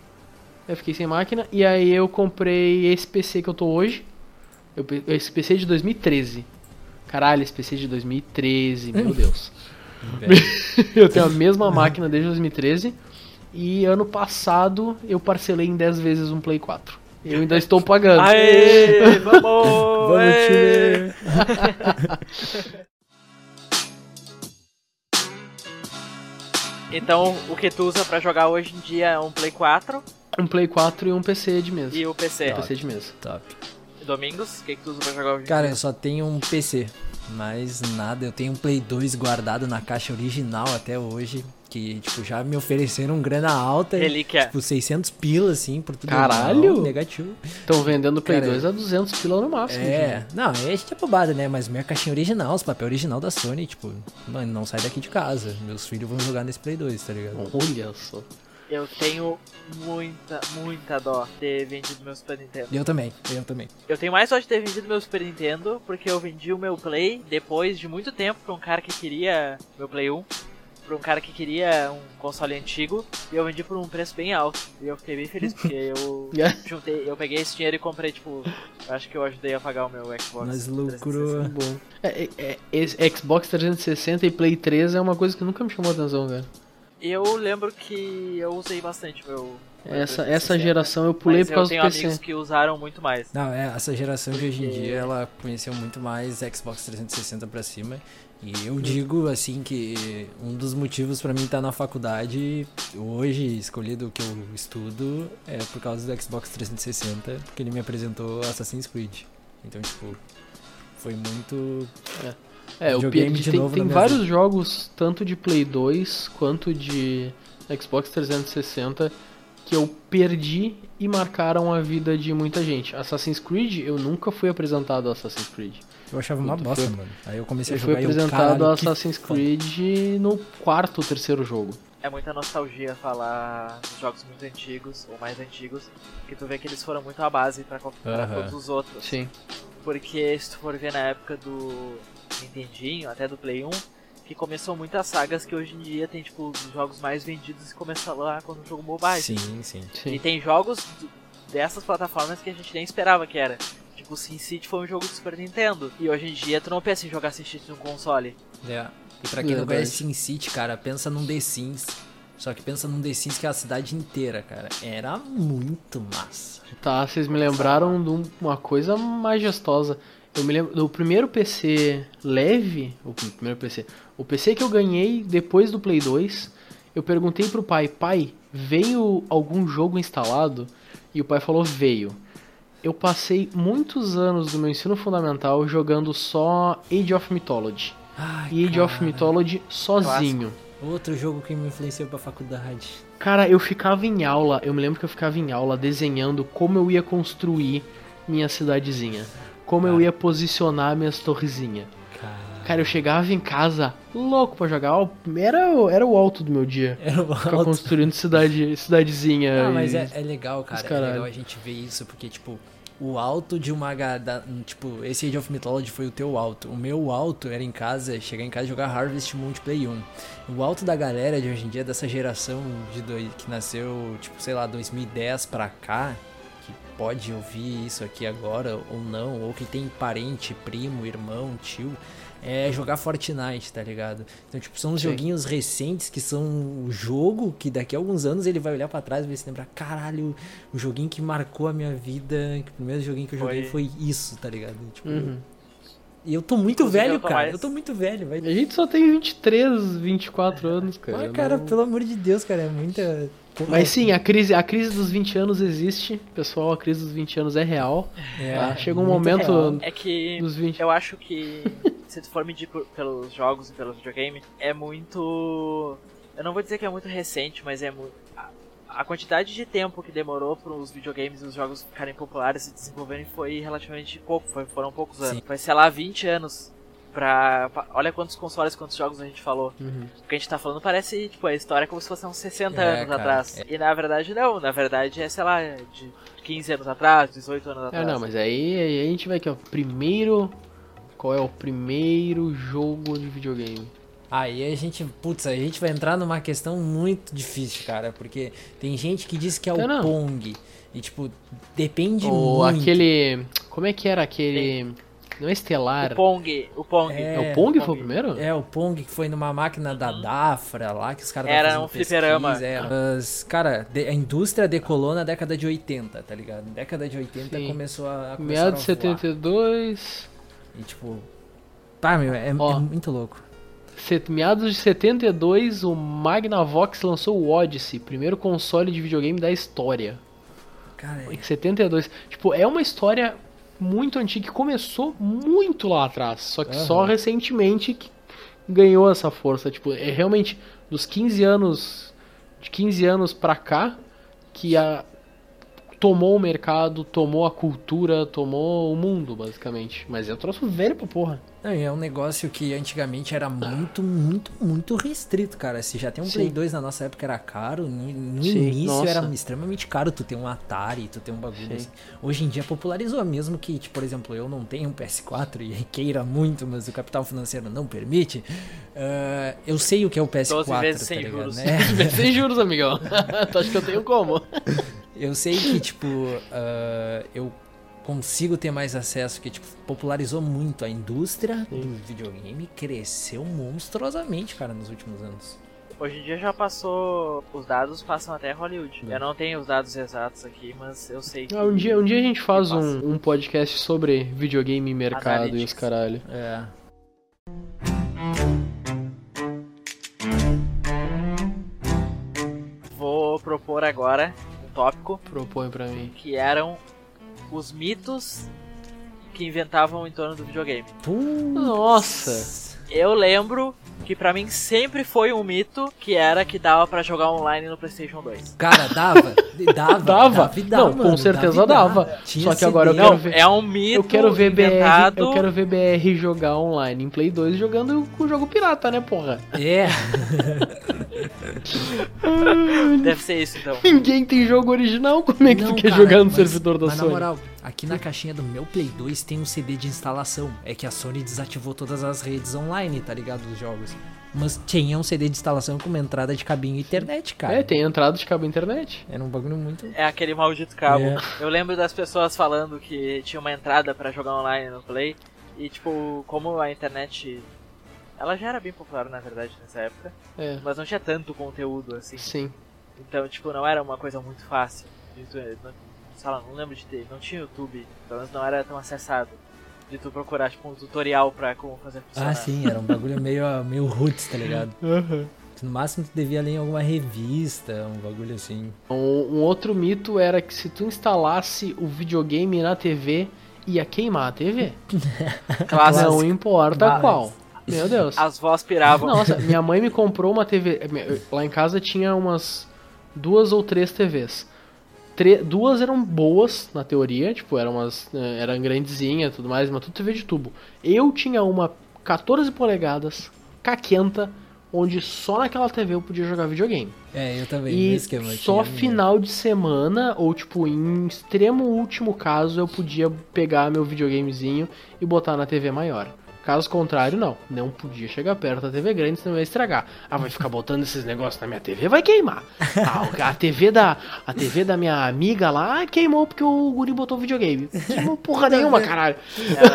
E aí eu comprei esse PC que eu tô hoje. Esse PC de 2013. Caralho, esse PC de 2013, meu Deus. Eu tenho a mesma máquina desde 2013. E ano passado eu parcelei em 10 vezes um Play 4. Eu ainda estou pagando. Aê, vamos! Vamos, time! Então, o que tu usa pra jogar hoje em dia é um Play 4? Um Play 4 e um PC de mesa. E o PC? PC de mesa. Top. Domingos, o que tu usa pra jogar hoje em dia? Cara, eu só tenho um PC. Mas nada, eu tenho um Play 2 guardado na caixa original até hoje, que, tipo, já me ofereceram grana alta, Relíquia. tipo, 600 pila, assim, por tudo. Caralho! Não, negativo. Estão vendendo Play Cara, 2 a 200 pila no máximo. É, não, aí a gente é bobada, né? Mas minha caixinha original, os papel original da Sony, tipo, mano, não sai daqui de casa. Meus filhos vão jogar nesse Play 2, tá ligado? Olha só. Eu tenho muita dó de ter vendido meu Super Nintendo. Eu também. Eu tenho mais dó de ter vendido meu Super Nintendo, porque eu vendi o meu Play depois de muito tempo pra um cara que queria meu Play 1. Pra um cara que queria um console antigo, e eu vendi por um preço bem alto. E eu fiquei bem feliz, porque eu peguei esse dinheiro e comprei, tipo, acho que eu ajudei a pagar o meu Xbox. Mas lucro. Bom. Esse Xbox 360 e Play 3 é uma coisa que nunca me chamou a atenção, cara. Eu lembro que eu usei bastante meu Essa geração eu pulei por causa do PC. Eu tenho amigos PC. que usaram muito mais. Não, essa geração de hoje em dia, ela conheceu muito mais Xbox 360 pra cima. E eu digo, assim, que um dos motivos pra mim estar na faculdade, hoje, escolhido o que eu estudo, é por causa do Xbox 360, porque ele me apresentou Assassin's Creed. Então, tipo, foi muito... Videogame de novo tem na minha vários vida. jogos, tanto de Play 2 quanto de Xbox 360, que eu perdi e marcaram a vida de muita gente. Assassin's Creed, eu nunca fui apresentado a Assassin's Creed. Eu achava uma bosta, mano. Aí eu comecei a Eu fui jogar apresentado a a Assassin's Creed no quarto ou terceiro jogo. É muita nostalgia falar dos jogos muito antigos, ou mais antigos, que tu vê que eles foram muito a base pra todos os outros. Sim. Porque se tu for ver na época do Nintendinho, até do Play 1, que começou muitas sagas que hoje em dia tem, tipo, os jogos mais vendidos e começou lá quando o jogo mobile. Sim. E tem jogos dessas plataformas que a gente nem esperava que era. Tipo, o SimCity foi um jogo do Super Nintendo. E hoje em dia tu não pensa em jogar SimCity no console. É. E pra quem não conhece SimCity, cara, pensa num The Sims. Só que pensa num The Sims que é a cidade inteira, cara. Era muito massa. Tá, vocês me lembraram de uma coisa majestosa. Eu me lembro do primeiro PC leve, o PC que eu ganhei depois do Play 2, eu perguntei pro pai, veio algum jogo instalado? E o pai falou, veio. Eu passei muitos anos do meu ensino fundamental jogando só Age of Mythology. E Age of Mythology sozinho. Clássico. Outro jogo que me influenciou pra faculdade. Cara, eu ficava em aula, eu me lembro que eu ficava em aula desenhando como eu ia construir minha cidadezinha. Como eu ia posicionar minhas torrezinhas. Cara, eu chegava em casa louco pra jogar. Era o alto do meu dia. Era o Ficar alto. construindo cidadezinha. Não, mas é legal, cara. É caralho. legal a gente ver isso, porque, tipo, o alto de uma... Tipo, esse Age of Mythology foi o teu alto. O meu alto era em casa, chegar em casa e jogar Harvest Moon de Play 1. O alto da galera de hoje em dia, dessa geração que nasceu, tipo, sei lá, 2010 pra cá, que pode ouvir isso aqui agora ou não, ou que tem parente, primo, irmão, tio, é jogar Fortnite, tá ligado? Então, tipo, são uns joguinhos recentes que são o jogo que daqui a alguns anos ele vai olhar pra trás e vai se lembrar, caralho, o joguinho que marcou a minha vida, que o primeiro joguinho que eu joguei foi isso, tá ligado? Tipo, e eu tô muito velho, cara, eu tô muito velho, vai. A gente só tem 23, 24 anos, cara. Mas, cara, pelo amor de Deus, cara, é muita... Mas sim, a crise dos 20 anos existe, pessoal, a crise dos 20 anos é real. Tá? Chega um momento real. É que dos 20. eu acho que se tu for medir pelos jogos e pelo videogame, é muito... Eu não vou dizer que é muito recente, mas é muito... A quantidade de tempo que demorou para os videogames e os jogos ficarem populares e se desenvolverem foi relativamente pouco, foram poucos anos. Foi, sei lá, 20 anos olha quantos consoles, quantos jogos a gente falou. O que a gente tá falando parece, tipo, a história é como se fosse uns 60 anos cara, atrás. E na verdade não, na verdade é, sei lá, de 15 anos atrás, 18 anos atrás. Não, mas aí a gente vai aqui, ó. Qual é o primeiro jogo de videogame? Aí a gente vai entrar numa questão muito difícil, cara, porque tem gente que diz que é o Pong. E, tipo, depende muito. Aquele... Como é que era aquele... Não é Estelar? O Pong. O Pong foi o primeiro? É, o Pong que foi numa máquina da Dafra lá, que os caras era um fliperama. Mas, cara, a indústria decolou na década de 80, tá ligado? Na década de 80 começou a meados de 72... E, tipo... Pá, meu, é muito louco. Meados de 72, o Magnavox lançou o Odyssey, primeiro console de videogame da história. Cara, Em 72. Tipo, é uma história muito antigo, que começou muito lá atrás, só que só recentemente que ganhou essa força. Tipo, é realmente dos 15 anos, de 15 anos pra cá, que tomou o mercado, tomou a cultura, tomou o mundo, basicamente. Mas é um troço velho pra porra. É um negócio que antigamente era muito restrito, cara. Se já tem um Play 2 na nossa época era caro, no início era extremamente caro tu ter um Atari, tu ter um bagulho assim. Hoje em dia popularizou, mesmo que, tipo, por exemplo, eu não tenho um PS4 e queira muito, mas o capital financeiro não permite. Eu sei o que é o PS4, 12 vezes tá sem ligado? juros. Né? Sem juros, amigão. Tu acha que eu tenho como? Eu sei que, tipo, eu consigo ter mais acesso, que tipo, popularizou muito a indústria do videogame, cresceu monstruosamente, cara, nos últimos anos. Hoje em dia já passou, os dados passam até Hollywood. Eu não tenho os dados exatos aqui, mas eu sei que... Um dia a gente faz um podcast sobre videogame e mercado e os caralho. Vou propor agora um tópico. Propõe pra mim. Que eram os mitos que inventavam em torno do videogame. Nossa! Eu lembro que pra mim sempre foi um mito que era que dava pra jogar online no PlayStation 2. Cara, dava. Não, com certeza dava. Só que agora eu quero ver. É um mito. Eu quero ver inventado. BR, eu quero ver BR jogar online em Play 2 jogando com o jogo pirata, né, porra? Deve ser isso, então. Ninguém tem jogo original, como é que tu quer jogar no servidor da Sony? Mas na moral, aqui na caixinha do meu Play 2 tem um CD de instalação. É que a Sony desativou todas as redes online, tá ligado? Dos jogos. Mas tinha um CD de instalação com uma entrada de cabinho internet, cara. Tem entrada de cabo internet. Era um bagulho muito... É aquele maldito cabo. Eu lembro das pessoas falando que tinha uma entrada pra jogar online no Play. E tipo, como a internet... Ela já era bem popular, na verdade, nessa época. Mas não tinha tanto conteúdo, assim. Sim. Então, tipo, não era uma coisa muito fácil. Não lembro de ter. Não tinha YouTube. Pelo menos não era tão acessado. De tu procurar, tipo, um tutorial pra como fazer funcionar. Ah, sim. Era um bagulho meio roots, tá ligado? No máximo tu devia ler em alguma revista, um bagulho assim. Um outro mito era que se tu instalasse o videogame na TV, ia queimar a TV. Não importa qual. Meu Deus. As vozes piravam. Nossa, minha mãe me comprou uma TV. Lá em casa tinha umas 2 ou 3 TVs. 2 eram boas, na teoria, tipo, eram grandezinhas e tudo mais, mas tudo TV de tubo. Eu tinha uma 14 polegadas, caquenta, onde só naquela TV eu podia jogar videogame. Eu também, e só final de semana, ou tipo, em extremo último caso, eu podia pegar meu videogamezinho e botar na TV maior. Caso contrário, não podia chegar perto da TV grande, senão ia estragar. Vai ficar botando esses negócios na minha TV, vai queimar. A TV da minha amiga lá queimou porque o guri botou videogame. Queimou porra nenhuma, caralho. Era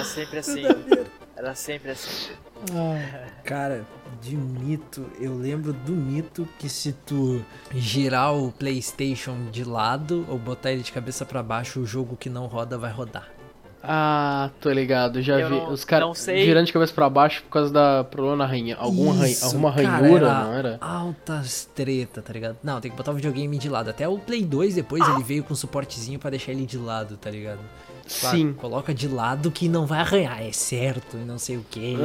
sempre assim. Cara, de mito, eu lembro do mito que se tu girar o PlayStation de lado ou botar ele de cabeça pra baixo, o jogo que não roda vai rodar. Tô ligado, já vi. Os caras virando de cabeça pra baixo por causa da problema na ranha. Alguma ranhura, não era? Altas treta, tá ligado? Não, tem que botar o videogame de lado. Até o Play 2 depois ele veio com suportezinho pra deixar ele de lado, tá ligado? Sim. Coloca de lado que não vai arranhar, é certo, e não sei o que.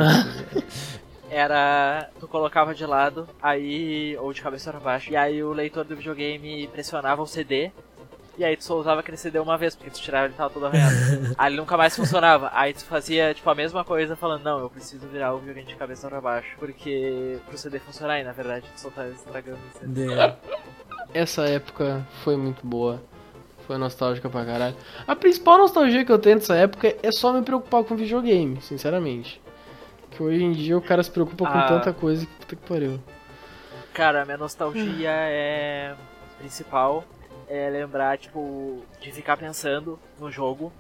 Tu colocava de lado, ou de cabeça pra baixo, e aí o leitor do videogame pressionava o CD. E aí tu só usava aquele CD uma vez, porque tu tirava ele e tava todo arranhado. Aí ele nunca mais funcionava. Aí tu fazia, tipo, a mesma coisa falando, não, eu preciso virar o videogame de cabeça pra baixo. Porque pro CD funcionar, e na verdade tu só tá estragando o CD. Essa época foi muito boa. Foi nostálgica pra caralho. A principal nostalgia que eu tenho dessa época é só me preocupar com videogame, sinceramente. Que hoje em dia o cara se preocupa com tanta coisa que puta que pariu. Cara, a minha nostalgia principal é lembrar, tipo, de ficar pensando no jogo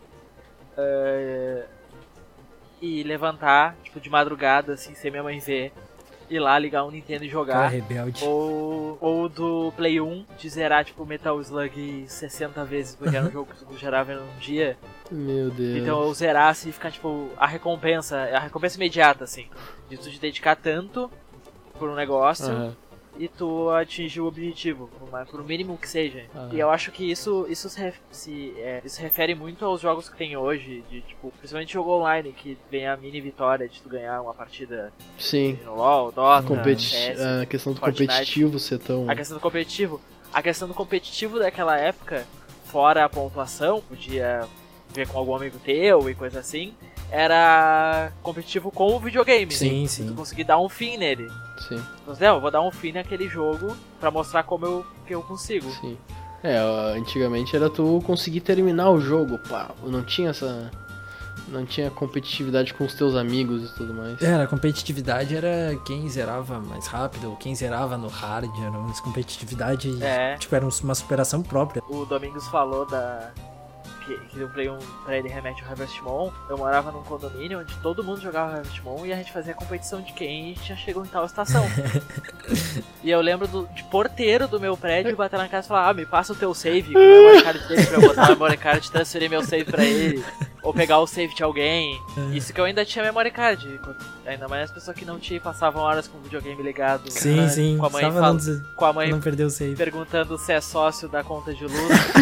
e levantar, tipo, de madrugada, assim, sem minha mãe ver, ir lá ligar um Nintendo e jogar. Rebelde. Ou do Play 1, de zerar, tipo, Metal Slug 60 vezes, porque era um jogo que tu gerava num dia. Meu Deus. Então eu zerasse e ficar, tipo, a recompensa imediata, assim, de tu te dedicar tanto por um negócio. e tu atingir o objetivo, por mínimo que seja. E eu acho que isso se refere muito aos jogos que tem hoje, de tipo, principalmente jogo online, que vem a mini vitória de tu ganhar uma partida no LoL, Dota, CS, a questão do Fortnite. Competitivo ser tão... A questão do competitivo daquela época, fora a pontuação, podia ver com algum amigo teu e coisa assim, era competitivo com o videogame. Sim. Tu conseguir dar um fim nele. Sim. Então, eu vou dar um fim naquele jogo pra mostrar que eu consigo. Sim. Antigamente era tu conseguir terminar o jogo, pá. Não tinha competitividade com os teus amigos e tudo mais. A competitividade era quem zerava mais rápido, ou quem zerava no hard, era uma competitividade, tipo, era uma superação própria. O Domingos falou que eu play pra ele remete ao Harvest Moon. Eu morava num condomínio onde todo mundo jogava Harvest Moon e a gente fazia competição de quem já chegou em tal estação. E eu lembro de porteiro do meu prédio bater na casa e falar: me passa o teu save com o memory card dele pra eu botar o memory card e transferir meu save pra ele. Ou pegar o save de alguém. Isso que eu ainda tinha memory card. Ainda mais as pessoas que não tinham passavam horas com o videogame ligado. Sim. Com a mãe não perdeu o save. Perguntando se é sócio da conta de luz.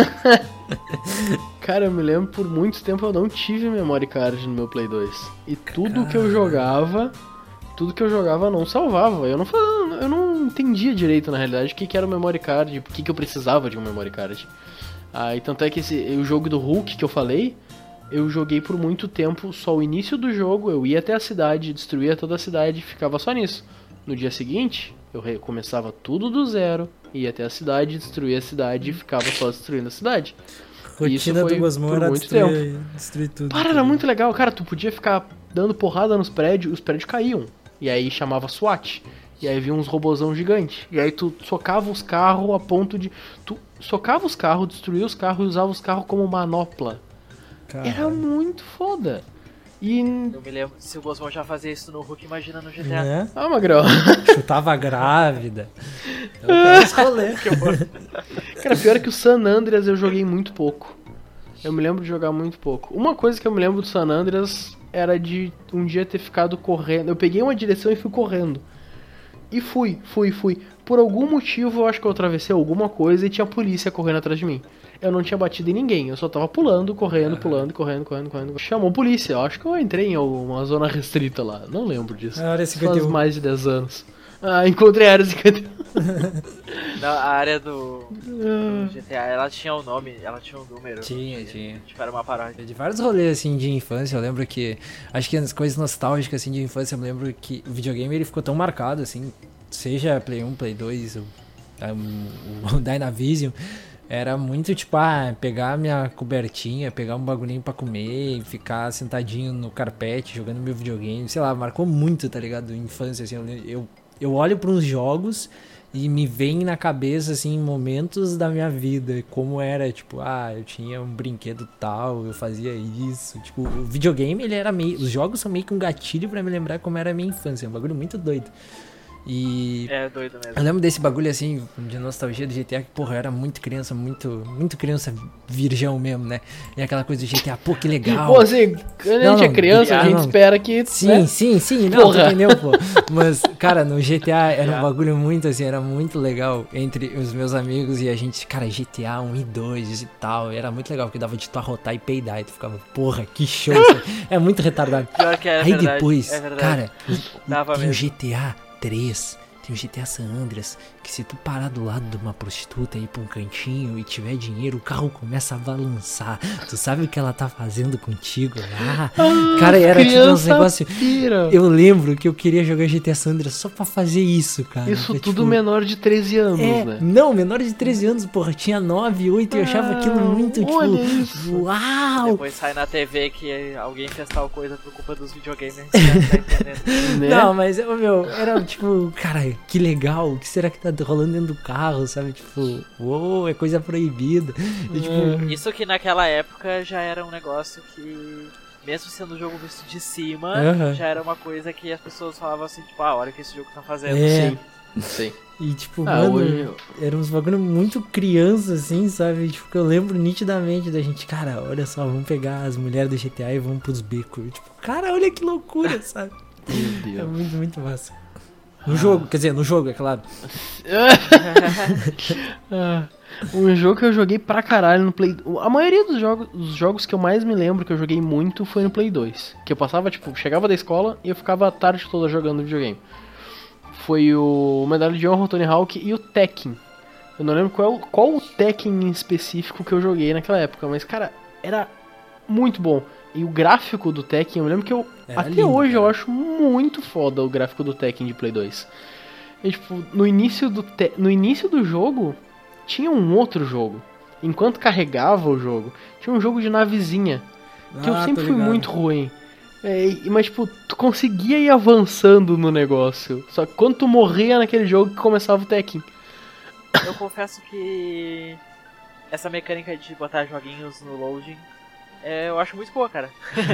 Cara, eu me lembro, por muito tempo eu não tive memory card no meu Play 2. E tudo que eu jogava não salvava. Eu não entendia direito, na realidade, o que era o memory card, por que eu precisava de um memory card. E tanto é que o jogo do Hulk que eu falei, eu joguei por muito tempo só o início do jogo, eu ia até a cidade, destruía toda a cidade e ficava só nisso. No dia seguinte, eu recomeçava tudo do zero, ia até a cidade, destruía a cidade e ficava só destruindo a cidade. Rotina do Gosmão era destruir tudo. Era muito legal, cara, tu podia ficar dando porrada nos prédios, os prédios caíam. E aí chamava SWAT. E aí vinha uns robozão gigante. E aí tu socava os carros a ponto de... Tu socava os carros, destruía os carros e usava os carros como manopla. Caralho. Era muito foda. E... Eu me lembro, se o Gosmão já fazia isso no Hulk, imagina no GTA. Magrão. Chutava grávida. Cara, pior é que o San Andreas eu joguei muito pouco. Eu me lembro de jogar muito pouco. Uma coisa que eu me lembro do San Andreas era de um dia ter ficado correndo. Eu peguei uma direção e fui correndo. E fui. Por algum motivo eu acho que eu atravessei alguma coisa e tinha a polícia correndo atrás de mim. Eu não tinha batido em ninguém, eu só tava pulando, correndo. Chamou a polícia, eu acho que eu entrei em uma zona restrita lá, não lembro disso. A área 51. Faz mais de 10 anos. Encontrei a área 51. Não, a área do GTA, ela tinha um nome, ela tinha um número. Tinha. Tipo, era uma paródia. De vários rolês, assim, de infância, eu lembro que... Acho que as coisas nostálgicas, assim, de infância, eu lembro que o videogame, ele ficou tão marcado, assim, seja Play 1, Play 2, o Dynavision... Era muito, tipo, pegar minha cobertinha, pegar um bagulhinho pra comer e ficar sentadinho no carpete, jogando meu videogame. Sei lá, marcou muito, tá ligado? Infância, assim. Eu olho pra uns jogos e me vem na cabeça, assim, momentos da minha vida. Como era, tipo, eu tinha um brinquedo tal, eu fazia isso. Tipo, o videogame, ele era meio... Os jogos são meio que um gatilho pra me lembrar como era a minha infância. É um bagulho muito doido. E... É doido mesmo. Eu lembro desse bagulho assim, de nostalgia do GTA, que porra, eu era muito criança, muito criança virgão mesmo, né? E aquela coisa do GTA, pô, que legal. Pô, assim, quando a gente é criança, a gente espera que... Sim, né? sim, não, tu entendeu, pô. Mas, cara, no GTA era um bagulho muito assim, era muito legal entre os meus amigos e a gente, cara, GTA 1 e 2 e tal, era muito legal, porque dava de tu arrotar e peidar e tu ficava, porra, que show, é muito retardado. Pior que é aí verdade, depois, verdade. Cara, tem o GTA 3, tem o GTA San Andreas, que se tu parar do lado de uma prostituta e ir pra um cantinho e tiver dinheiro, o carro começa a balançar. Tu sabe o que ela tá fazendo contigo lá? Cara, era tipo uns negócios... Eu lembro que eu queria jogar GTA San Andreas só pra fazer isso, cara. Isso tudo tipo... menor de 13 anos, né? Não, menor de 13 anos, porra. Tinha 9, 8 e eu achava aquilo muito, tipo... Uau! Depois sai na TV que alguém fez tal coisa por culpa dos videogames, a gente já tá entendendo. Né? Não, mas, era tipo... Cara, que legal. O que será que tá rolando dentro do carro, sabe? Tipo, uou, é coisa proibida. E, tipo... Isso que naquela época já era um negócio que, mesmo sendo um jogo visto de cima, já era uma coisa que as pessoas falavam assim, tipo, olha o que esse jogo tá fazendo. Sim. E tipo, mano, era uns bagulho muito criança, assim, sabe? Tipo, que eu lembro nitidamente da gente, cara, olha só, vamos pegar as mulheres do GTA e vamos pros becos. Tipo, cara, olha que loucura, sabe? Meu Deus. É muito, muito massa. No jogo, quer dizer, no jogo, é claro. Um jogo que eu joguei pra caralho no Play... A maioria dos jogos que eu mais me lembro que eu joguei muito foi no Play 2. Que eu passava, tipo, chegava da escola e eu ficava a tarde toda jogando videogame. Foi o Medalha de Honra, o Tony Hawk e o Tekken. Eu não lembro qual o Tekken em específico que eu joguei naquela época, mas, cara, era muito bom. E o gráfico do Tekken, eu me lembro que até lindo, hoje cara. eu acho muito foda o gráfico do Tekken de Play 2. E, tipo, no início do jogo, tinha um outro jogo. Enquanto carregava o jogo, tinha um jogo de navezinha. Que eu sempre fui muito ruim. Mas, tipo, tu conseguia ir avançando no negócio. Só que quando tu morria naquele jogo, que começava o Tekken. Eu confesso que essa mecânica de botar joguinhos no loading, eu acho muito boa, cara.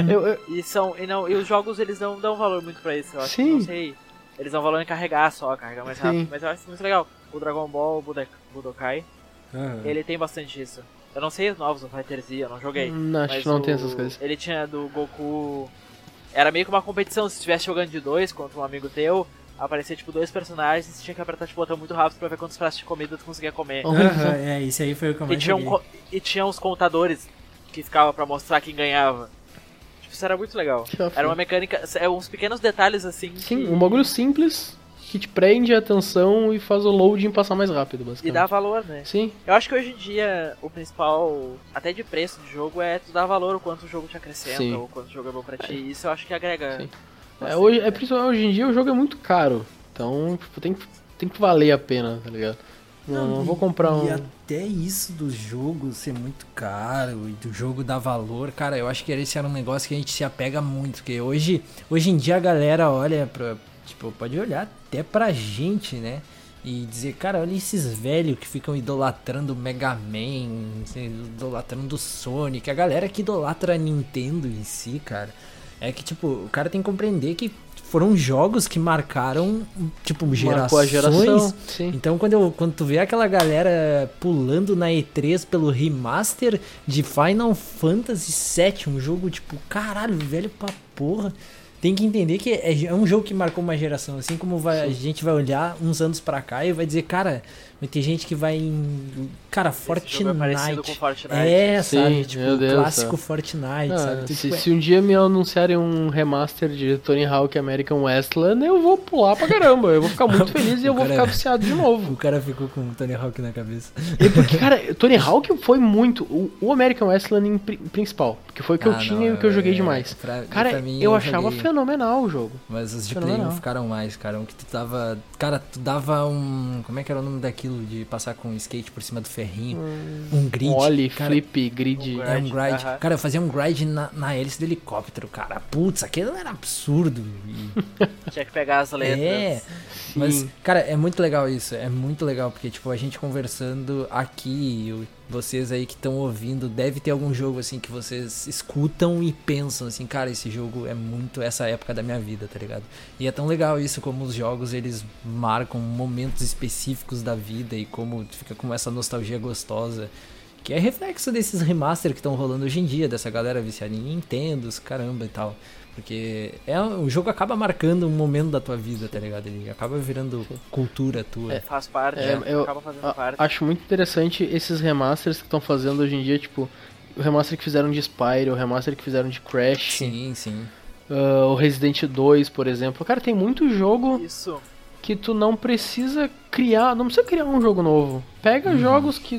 E os jogos, eles não dão valor muito pra isso, eu acho. Sim. Não sei. Eles dão valor em carregar mais rápido. Mas eu acho isso muito legal. O Dragon Ball Budokai, ele tem bastante isso. Eu não sei os novos, o Fighter Z, eu não joguei. Acho que não tem essas coisas. Ele tinha do Goku... Era meio que uma competição, se estivesse jogando de 2 contra um amigo teu, aparecia tipo 2 personagens, você tinha que apertar tipo, o botão muito rápido pra ver quantos pratos de comida tu conseguia comer. Isso aí foi o que eu mais E tinha uns contadores que ficavam pra mostrar quem ganhava. Tipo, isso era muito legal. Era uma mecânica, uns pequenos detalhes assim. Sim, um bagulho simples que te prende a atenção e faz o loading passar mais rápido, basicamente. E dá valor, né? Sim. Eu acho que hoje em dia o principal, até de preço de jogo, é tu dar valor o quanto o jogo te acrescenta, Sim. ou quanto o jogo é bom pra ti. Isso eu acho que agrega. Sim. Principalmente hoje em dia o jogo é muito caro. Então, tipo, tem que valer a pena, tá ligado? Não vou comprar E até isso do jogo ser muito caro e do jogo dar valor, cara, eu acho que esse era um negócio que a gente se apega muito. Porque hoje em dia a galera olha pra... Tipo, pode olhar até pra gente, né? E dizer, cara, olha esses velhos que ficam idolatrando o Mega Man, idolatrando o Sonic. A galera que idolatra a Nintendo em si, cara, é que, tipo, o cara tem que compreender que foram jogos que marcaram, tipo, gerações. Marcou a geração, sim. Então, quando tu vê aquela galera pulando na E3 pelo remaster de Final Fantasy VII, um jogo, tipo, caralho, velho pra porra. Tem que entender que é um jogo que marcou uma geração. Assim como a gente vai olhar uns anos pra cá e vai dizer, cara, vai ter gente que vai em... Cara, Fortnite. Jogo é parecido com Fortnite. Sabe? Sim, Tipo, meu Deus clássico Fortnite, sabe? Então, se um dia me anunciarem um remaster de Tony Hawk American Wasteland, eu vou pular pra caramba. Eu vou ficar muito feliz e eu vou ficar viciado de novo. O cara ficou com o Tony Hawk na cabeça. E porque, cara, Tony Hawk foi muito... O American Wasteland principal. Porque foi o que eu tinha e o que eu joguei demais. Cara, pra mim, eu achava fenomenal o jogo. Mas os de Play 1 ficaram mais, cara. Que tu tava... Cara, tu dava um... Como é que era o nome daquilo? De passar com um skate por cima do ferrinho. Um grid. Ollie, cara, flip, grid. Um grid. Cara, eu fazia um grid na hélice do helicóptero, cara. Putz, aquilo era absurdo. Tinha que pegar as letras. Mas, cara, é muito legal isso. É muito legal, porque, tipo, a gente conversando aqui, vocês aí que estão ouvindo, deve ter algum jogo, assim, que vocês escutam e pensam, assim, cara, esse jogo é muito essa época da minha vida, tá ligado? E é tão legal isso, como os jogos, eles marcam momentos específicos da vida e como fica com essa nostalgia gostosa, que é reflexo desses remaster que estão rolando hoje em dia, dessa galera viciada em Nintendo, caramba e tal. Porque o jogo acaba marcando um momento da tua vida, tá ligado? Ele acaba virando cultura tua. Faz parte, acaba fazendo parte. Acho muito interessante esses remasters que estão fazendo hoje em dia, tipo, o remaster que fizeram de Spyro, o remaster que fizeram de Crash. Sim, sim. O Resident 2, por exemplo. Cara, tem muito jogo Isso. que tu não precisa criar um jogo novo. Pega jogos que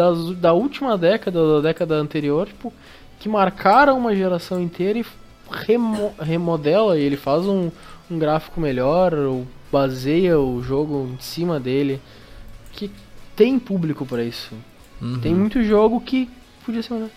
da última década, da década anterior, tipo, que marcaram uma geração inteira e remodela, e ele faz um gráfico melhor, ou baseia o jogo em cima dele, que tem público pra isso. Tem muito jogo que podia ser melhor.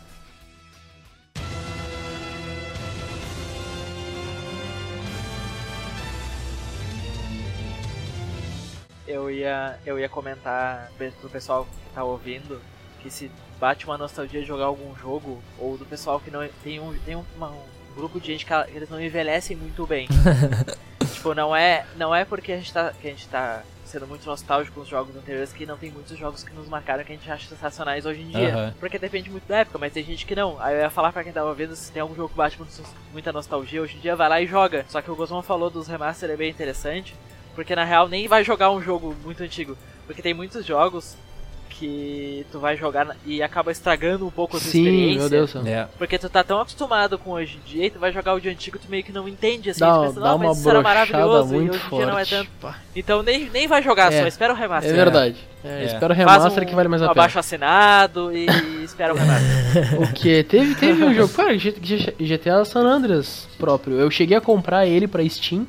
Eu ia comentar pro pessoal que tá ouvindo que se bate uma nostalgia de jogar algum jogo, ou do pessoal que não tem um grupo de gente que eles não envelhecem muito bem. Tipo, não é porque a gente tá sendo muito nostálgico com os jogos anteriores que não tem muitos jogos que nos marcaram que a gente acha sensacionais hoje em dia. Porque depende muito da época, mas tem gente que não. Aí eu ia falar pra quem tava ouvindo, se tem algum jogo que bate muita nostalgia, hoje em dia vai lá e joga. Só que o Gozman falou dos remaster, é bem interessante, Porque na real nem vai jogar um jogo muito antigo. Porque tem muitos jogos que tu vai jogar e acaba estragando um pouco a tua experiência. Meu Deus. Porque tu tá tão acostumado com hoje em dia e tu vai jogar o de antigo, tu meio que não entende, assim. Dá, tu pensa, dá uma mas isso era maravilhoso muito e hoje em forte. dia não é tanto. Então nem vai jogar, só espera o remaster. É verdade. Espera o remaster que vale mais a pena. Abaixo assinado e espera o remaster. O que? Teve um jogo, cara, GTA San Andreas próprio. Eu cheguei a comprar ele pra Steam.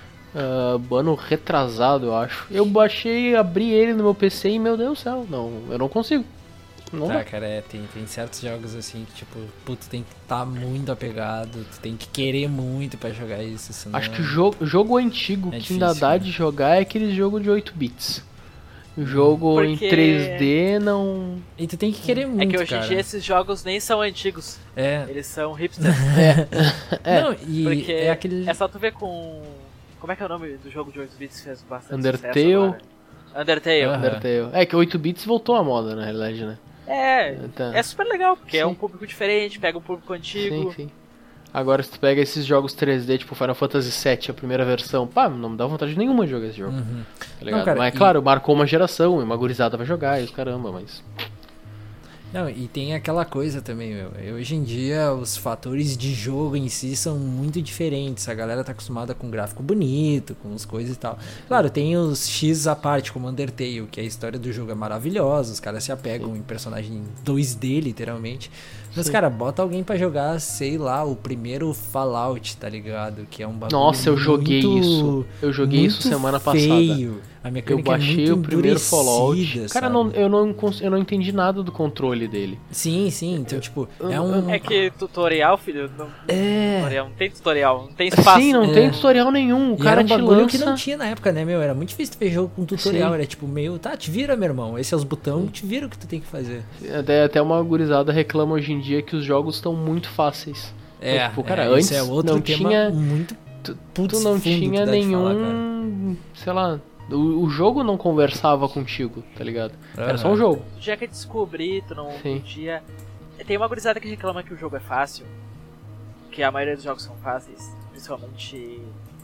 Ano retrasado, eu acho. Eu baixei, abri ele no meu PC e, meu Deus do céu, eu não consigo. Não dá. Cara, tem certos jogos assim que, tipo, tu tem que estar muito apegado, tu tem que querer muito pra jogar isso, senão... Acho que jogo antigo que difícil, ainda dá de jogar é aquele jogo de 8 bits. O jogo em 3D não... E tu tem que querer muito, que hoje em dia esses jogos nem são antigos. Eles são hipsters. Não, e porque é aquele... É só tu ver com... Como é que é o nome do jogo de 8 bits que fez bastante Undertale. sucesso agora? Undertale. É que 8 bits voltou à moda, na realidade, né? É super legal, porque é um público diferente, pega um público antigo. Sim. Agora, se tu pega esses jogos 3D, tipo Final Fantasy VII, a primeira versão, não me dá vontade nenhuma de jogar esse jogo. Tá ligado? Não, cara, mas, claro, marcou uma geração, e uma gurizada vai jogar, e os caramba, mas... Não, e tem aquela coisa também, hoje em dia os fatores de jogo em si são muito diferentes, a galera tá acostumada com gráfico bonito, com as coisas e tal. Claro, tem os X à parte, como Undertale, que a história do jogo é maravilhosa, os caras se apegam em personagem 2D, literalmente. Mas, cara, bota alguém pra jogar, sei lá, o primeiro Fallout, tá ligado? Que é um bagulho Nossa, eu joguei isso. Eu joguei isso semana passada. A mecânica eu baixei o primeiro Fallout. Cara, sabe? eu não entendi nada do controle dele. Sim, então, tipo, É que tutorial, filho, tutorial, não tem tutorial, não tem espaço. Sim, não tem tutorial nenhum, o cara te lança... que não tinha na época, né, era muito difícil ver jogo com tutorial, era tipo, te vira, meu irmão, esse é os botões, te vira o que tu tem que fazer. Até uma gurizada reclama hoje em dia que os jogos estão muito fáceis. Então, tipo, cara, antes é outro não tema tinha... muito... Tu não tinha nenhum... sei lá... O jogo não conversava contigo, tá ligado? Era só um jogo. Tu tinha que descobrir, tu não podia... Tem uma gurizada que reclama que o jogo é fácil, que a maioria dos jogos são fáceis, principalmente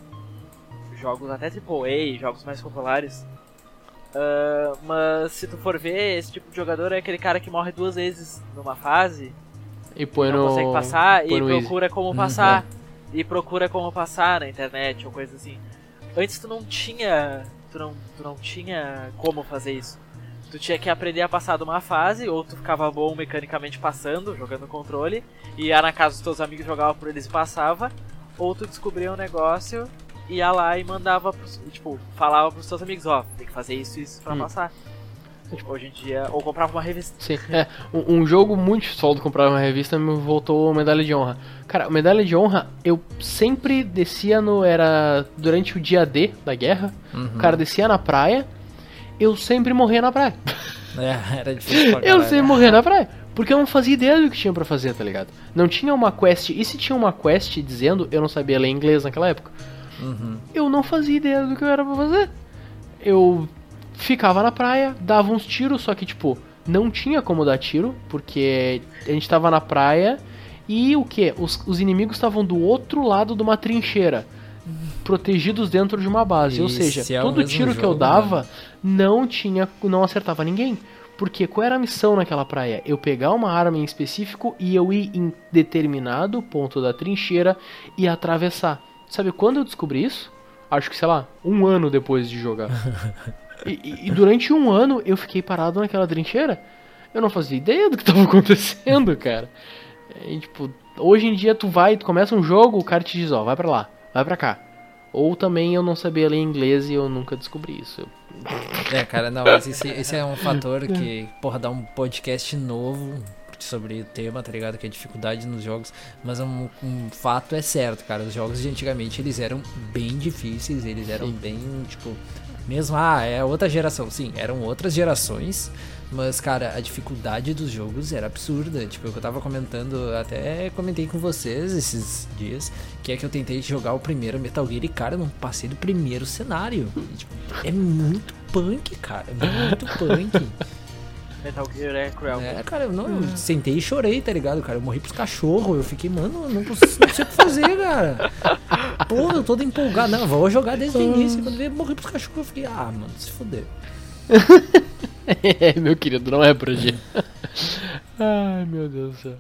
jogos até AAA, jogos mais populares. Mas se tu for ver, esse tipo de jogador é aquele cara que morre 2 vezes numa fase e não consegue passar e procura como passar. E procura como passar na internet ou coisa assim. Antes tu não tinha como fazer isso. Tu tinha que aprender a passar de uma fase, ou tu ficava bom mecanicamente passando, jogando controle, e ia na casa dos teus amigos, jogava por eles e passava, ou tu descobria um negócio, ia lá e mandava, falava pros teus amigos, tem que fazer isso e isso pra passar. Hoje em dia, ou comprava uma revista. Sim, um jogo muito sólido comprar uma revista me voltou Medalha de Honra. Cara, Medalha de Honra, eu sempre descia era durante o dia D da guerra, o cara descia na praia, eu sempre morria na praia. Era difícil pra eu sempre morria na praia, porque eu não fazia ideia do que tinha pra fazer, tá ligado? Não tinha uma quest, e se tinha uma quest dizendo, eu não sabia ler inglês naquela época, eu não fazia ideia do que eu era pra fazer. Eu ficava na praia, dava uns tiros, só que, não tinha como dar tiro, porque a gente tava na praia e o que? Os inimigos estavam do outro lado de uma trincheira, protegidos dentro de uma base. Ou seja, todo tiro que eu dava não acertava ninguém. Porque qual era a missão naquela praia? Eu pegar uma arma em específico e eu ir em determinado ponto da trincheira e atravessar. Sabe quando eu descobri isso? Acho que, sei lá, 1 ano depois de jogar. E durante 1 ano eu fiquei parado naquela trincheira. Eu não fazia ideia do que estava acontecendo, cara. E, hoje em dia tu começa um jogo, o cara te diz, vai pra lá, vai pra cá. Ou também eu não sabia ler inglês e eu nunca descobri isso. Cara, não, mas esse é um fator que, dá um podcast novo sobre o tema, tá ligado? Que é a dificuldade nos jogos. Mas um fato é certo, cara. Os jogos de antigamente, eles eram bem difíceis, eles eram bem, mesmo, é outra geração. Sim, eram outras gerações, mas, cara, a dificuldade dos jogos era absurda. O que eu tava comentando, até comentei com vocês esses dias, que é que eu tentei jogar o primeiro Metal Gear e, cara, eu não passei do primeiro cenário. É muito punk, cara, é muito punk. Metal Gear é cruel. Cara, eu sentei e chorei, tá ligado, cara? Eu morri pros cachorros, eu fiquei, mano, não sei o que fazer, cara. Pô, eu todo empolgado. Não, vou jogar desde o início. Quando eu morri pros cachorros, eu fiquei, mano, se fuder. Meu querido, não é pra gente. Ai, meu Deus do céu.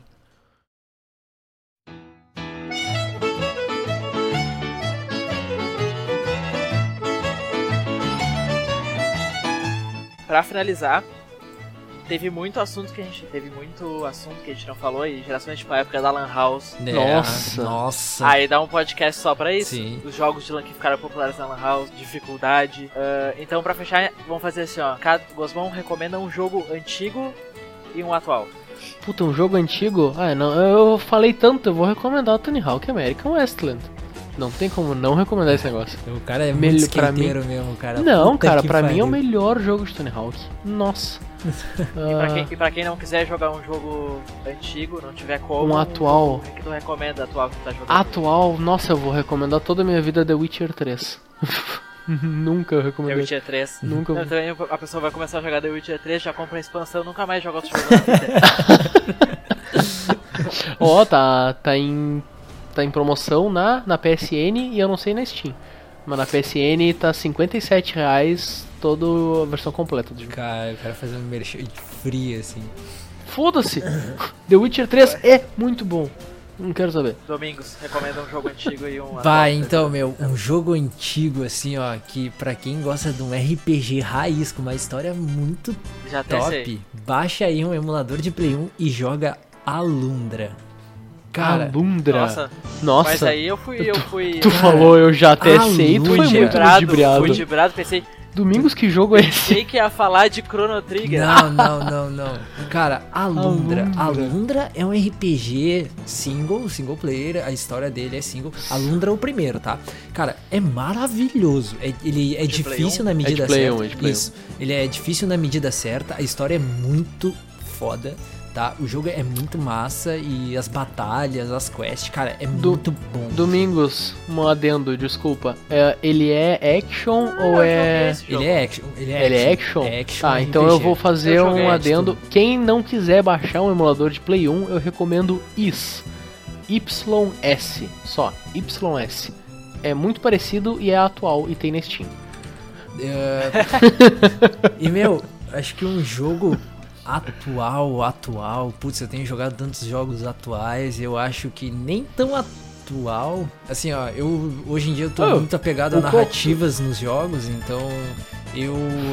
Pra finalizar, teve muito assunto que a gente não falou, e gerações tipo a época da Lan House. Nossa. Aí dá um podcast só pra isso. Sim. Os jogos de LAN que ficaram populares na Lan House, dificuldade. Então pra fechar, vamos fazer assim, ó. Cada Gosmão recomenda um jogo antigo e um atual. Puta, um jogo antigo? Não, eu falei tanto, eu vou recomendar o Tony Hawk American Wasteland. Não tem como não recomendar esse negócio. O cara é muito skateiro mesmo, cara. Não, cara, pra mim é o melhor jogo de Tony Hawk. Nossa. E pra quem não quiser jogar um jogo antigo, não tiver como... Um atual. O que tu recomenda atual que tu tá jogando? Atual? Nossa, eu vou recomendar toda a minha vida The Witcher 3. Nunca eu recomendei. The Witcher 3. Nunca. Então, também a pessoa vai começar a jogar The Witcher 3, já compra a expansão, nunca mais joga outro jogo na vida. Ó, tá em promoção na PSN e eu não sei na Steam. Mas na PSN tá R$57 toda a versão completa do jogo. Cara, o cara fazendo merchan de free, assim. Foda-se! The Witcher 3 é muito bom. Não quero saber. Domingos, recomenda um jogo antigo e um... Vai, então, um jogo antigo, assim, ó, que pra quem gosta de um RPG raiz, com uma história muito já top, baixa aí um emulador de Play 1 e joga Alundra. Cara, Alundra. Nossa. Mas aí eu fui. Tu falou, eu já até sei, tu foi muito ludibriado. Fui ludibriado, pensei. Domingos, que jogo é esse? Pensei que ia falar de Chrono Trigger. Não. Cara, Alundra é um RPG single player, a história dele é single. Alundra é o primeiro, tá? Cara, é maravilhoso. Ele é difícil na medida certa. Isso. Ele é difícil na medida certa, a história é muito foda. Tá? O jogo é muito massa e as batalhas, as quests, cara, é muito bom. Domingos, um adendo, desculpa. Ele é action ou é... Ele é action. Ele é action? Tá, então eu vou fazer um adendo. Quem não quiser baixar um emulador de Play 1, eu recomendo YS. Só, YS. É muito parecido e é atual e tem na Steam. E acho que um jogo... Atual. Putz, eu tenho jogado tantos jogos atuais, eu acho que nem tão atual. Assim, ó, hoje em dia eu tô muito apegado a narrativas nos jogos, então eu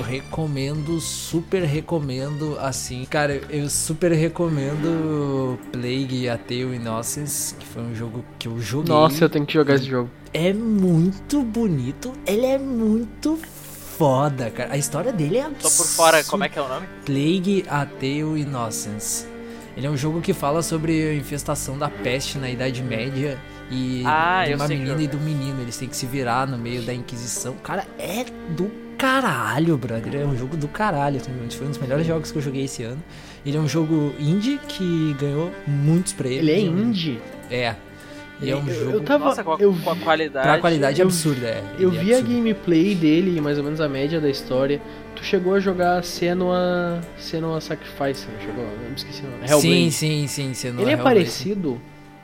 super recomendo, assim. Cara, eu super recomendo Plague A Tale Innocence, que foi um jogo que eu joguei. Nossa, eu tenho que jogar esse jogo. É muito bonito, ele é muito foda, cara. A história dele é absurda. Tô por fora, como é que é o nome? Plague A Tale Innocence. Ele é um jogo que fala sobre a infestação da peste na Idade Média e de uma menina e do menino. Eles têm que se virar no meio da Inquisição. Cara, é do caralho, brother. É um jogo do caralho. Foi um dos melhores jogos que eu joguei esse ano. Ele é um jogo indie que ganhou muitos prêmios. Ele é indie? É. E é um jogo... Eu tava... Nossa, com a qualidade... Pra qualidade absurda, Eu vi a gameplay dele, mais ou menos a média da história. Tu chegou a jogar Senua Sacrifice, não chegou? Eu me esqueci o nome. Hellblade. Sim, Senua. Ele é parecido?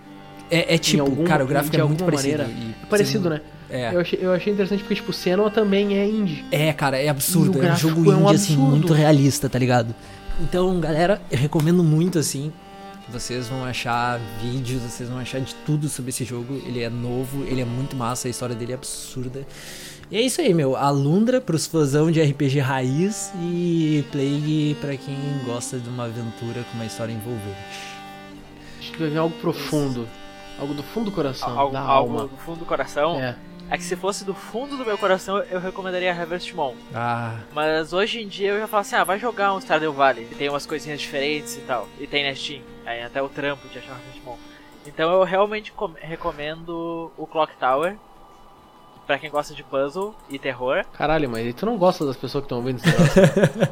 É tipo, cara, o gráfico é muito parecido. É parecido, né? É. Eu achei interessante porque, tipo, Senua também é indie. Cara, é absurdo. É um jogo indie, assim, muito realista, tá ligado? Então, galera, eu recomendo muito, assim... Vocês vão achar vídeos, vocês vão achar de tudo sobre esse jogo. Ele é novo, ele é muito massa, a história dele é absurda. E é isso aí, Alundra pros fãzão de RPG raiz e Plague pra quem gosta de uma aventura com uma história envolvente. Acho que vai vir algo profundo. Algo do fundo do coração, algo do fundo do coração? É que se fosse do fundo do meu coração, eu recomendaria Harvest Moon. Mas hoje em dia eu já falo assim, vai jogar um Stardew Valley. Tem umas coisinhas diferentes e tal. E tem na Steam. Aí até o trampo de achar Harvest Moon. Então eu realmente recomendo o Clock Tower. Pra quem gosta de puzzle e terror. Caralho, mas tu não gosta das pessoas que estão ouvindo esse negócio?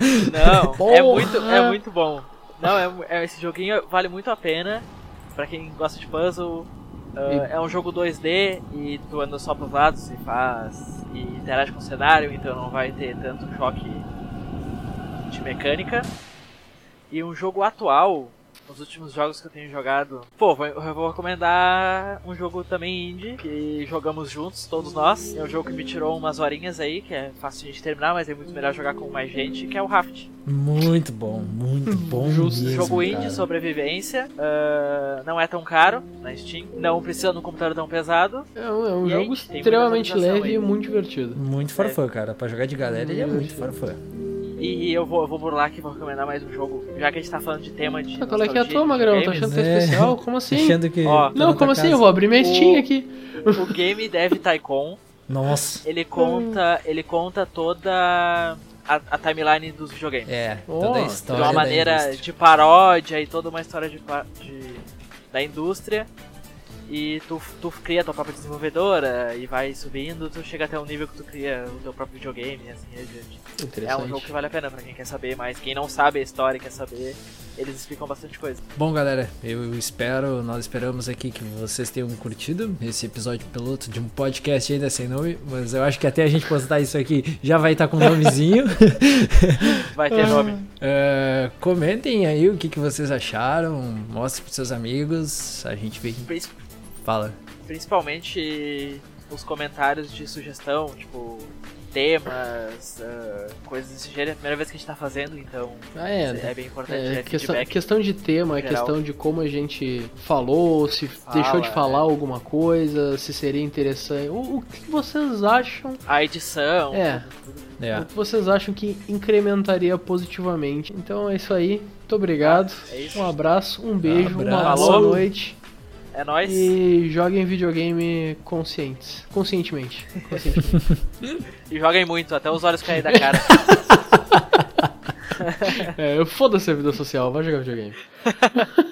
Não, é muito bom. Não, esse joguinho vale muito a pena. Pra quem gosta de puzzle... É um jogo 2D e tu anda só pros lados e interage com o cenário, então não vai ter tanto choque de mecânica. E um jogo atual, os últimos jogos que eu tenho jogado... Pô, eu vou recomendar um jogo também indie, que jogamos juntos, todos nós. É um jogo que me tirou umas horinhas aí, que é fácil de terminar, mas é muito melhor jogar com mais gente, que é o Raft. Muito bom Justo. mesmo, Jogo indie, cara. sobrevivência, não é tão caro na Steam, não precisa de um computador tão pesado. É um E jogo aí, tem extremamente muita leve aí. e muito divertido. Muito farfã, cara. Pra jogar de galera, ele é muito farfã. E eu vou burlar aqui, vou recomendar mais um jogo, já que a gente tá falando de tema de Qual é que é a nostalgia tua, de Magrão? Tá videogames. achando que é especial? Como assim? Achando que... Ó, tá Não, na como tua assim? casa. Eu vou abrir minha Steam aqui. O Game Dev Tycoon, Nossa. ele conta toda a timeline dos videogames. É, Oh, toda a De história uma da maneira indústria. de paródia e toda uma história da indústria. E tu cria a tua própria desenvolvedora e vai subindo, tu chega até um nível que tu cria o teu próprio videogame e assim adiante. É um Interessante. jogo que vale a pena pra quem quer saber, mas quem não sabe a história e quer saber, eles explicam bastante coisa. Bom, galera, nós esperamos aqui que vocês tenham curtido esse episódio piloto de um podcast ainda sem nome, mas eu acho que até a gente postar isso aqui já vai estar com um nomezinho. Vai ter nome. Comentem aí o que vocês acharam, mostrem pros seus amigos, a gente vê. Fala. Principalmente os comentários de sugestão, tipo temas, coisas desse gênero. É a primeira vez que a gente tá fazendo, então é bem importante. Questão de tema, questão de como a gente falou, se deixou de falar alguma coisa, se seria interessante. O que vocês acham? A edição. O que vocês acham que incrementaria positivamente? Então é isso aí. Muito obrigado. É isso. Um abraço, um beijo, uma boa Falou. noite. É nóis. E joguem videogame conscientemente. E joguem muito, até os olhos caírem da cara. Foda-se a vida social, vai jogar videogame.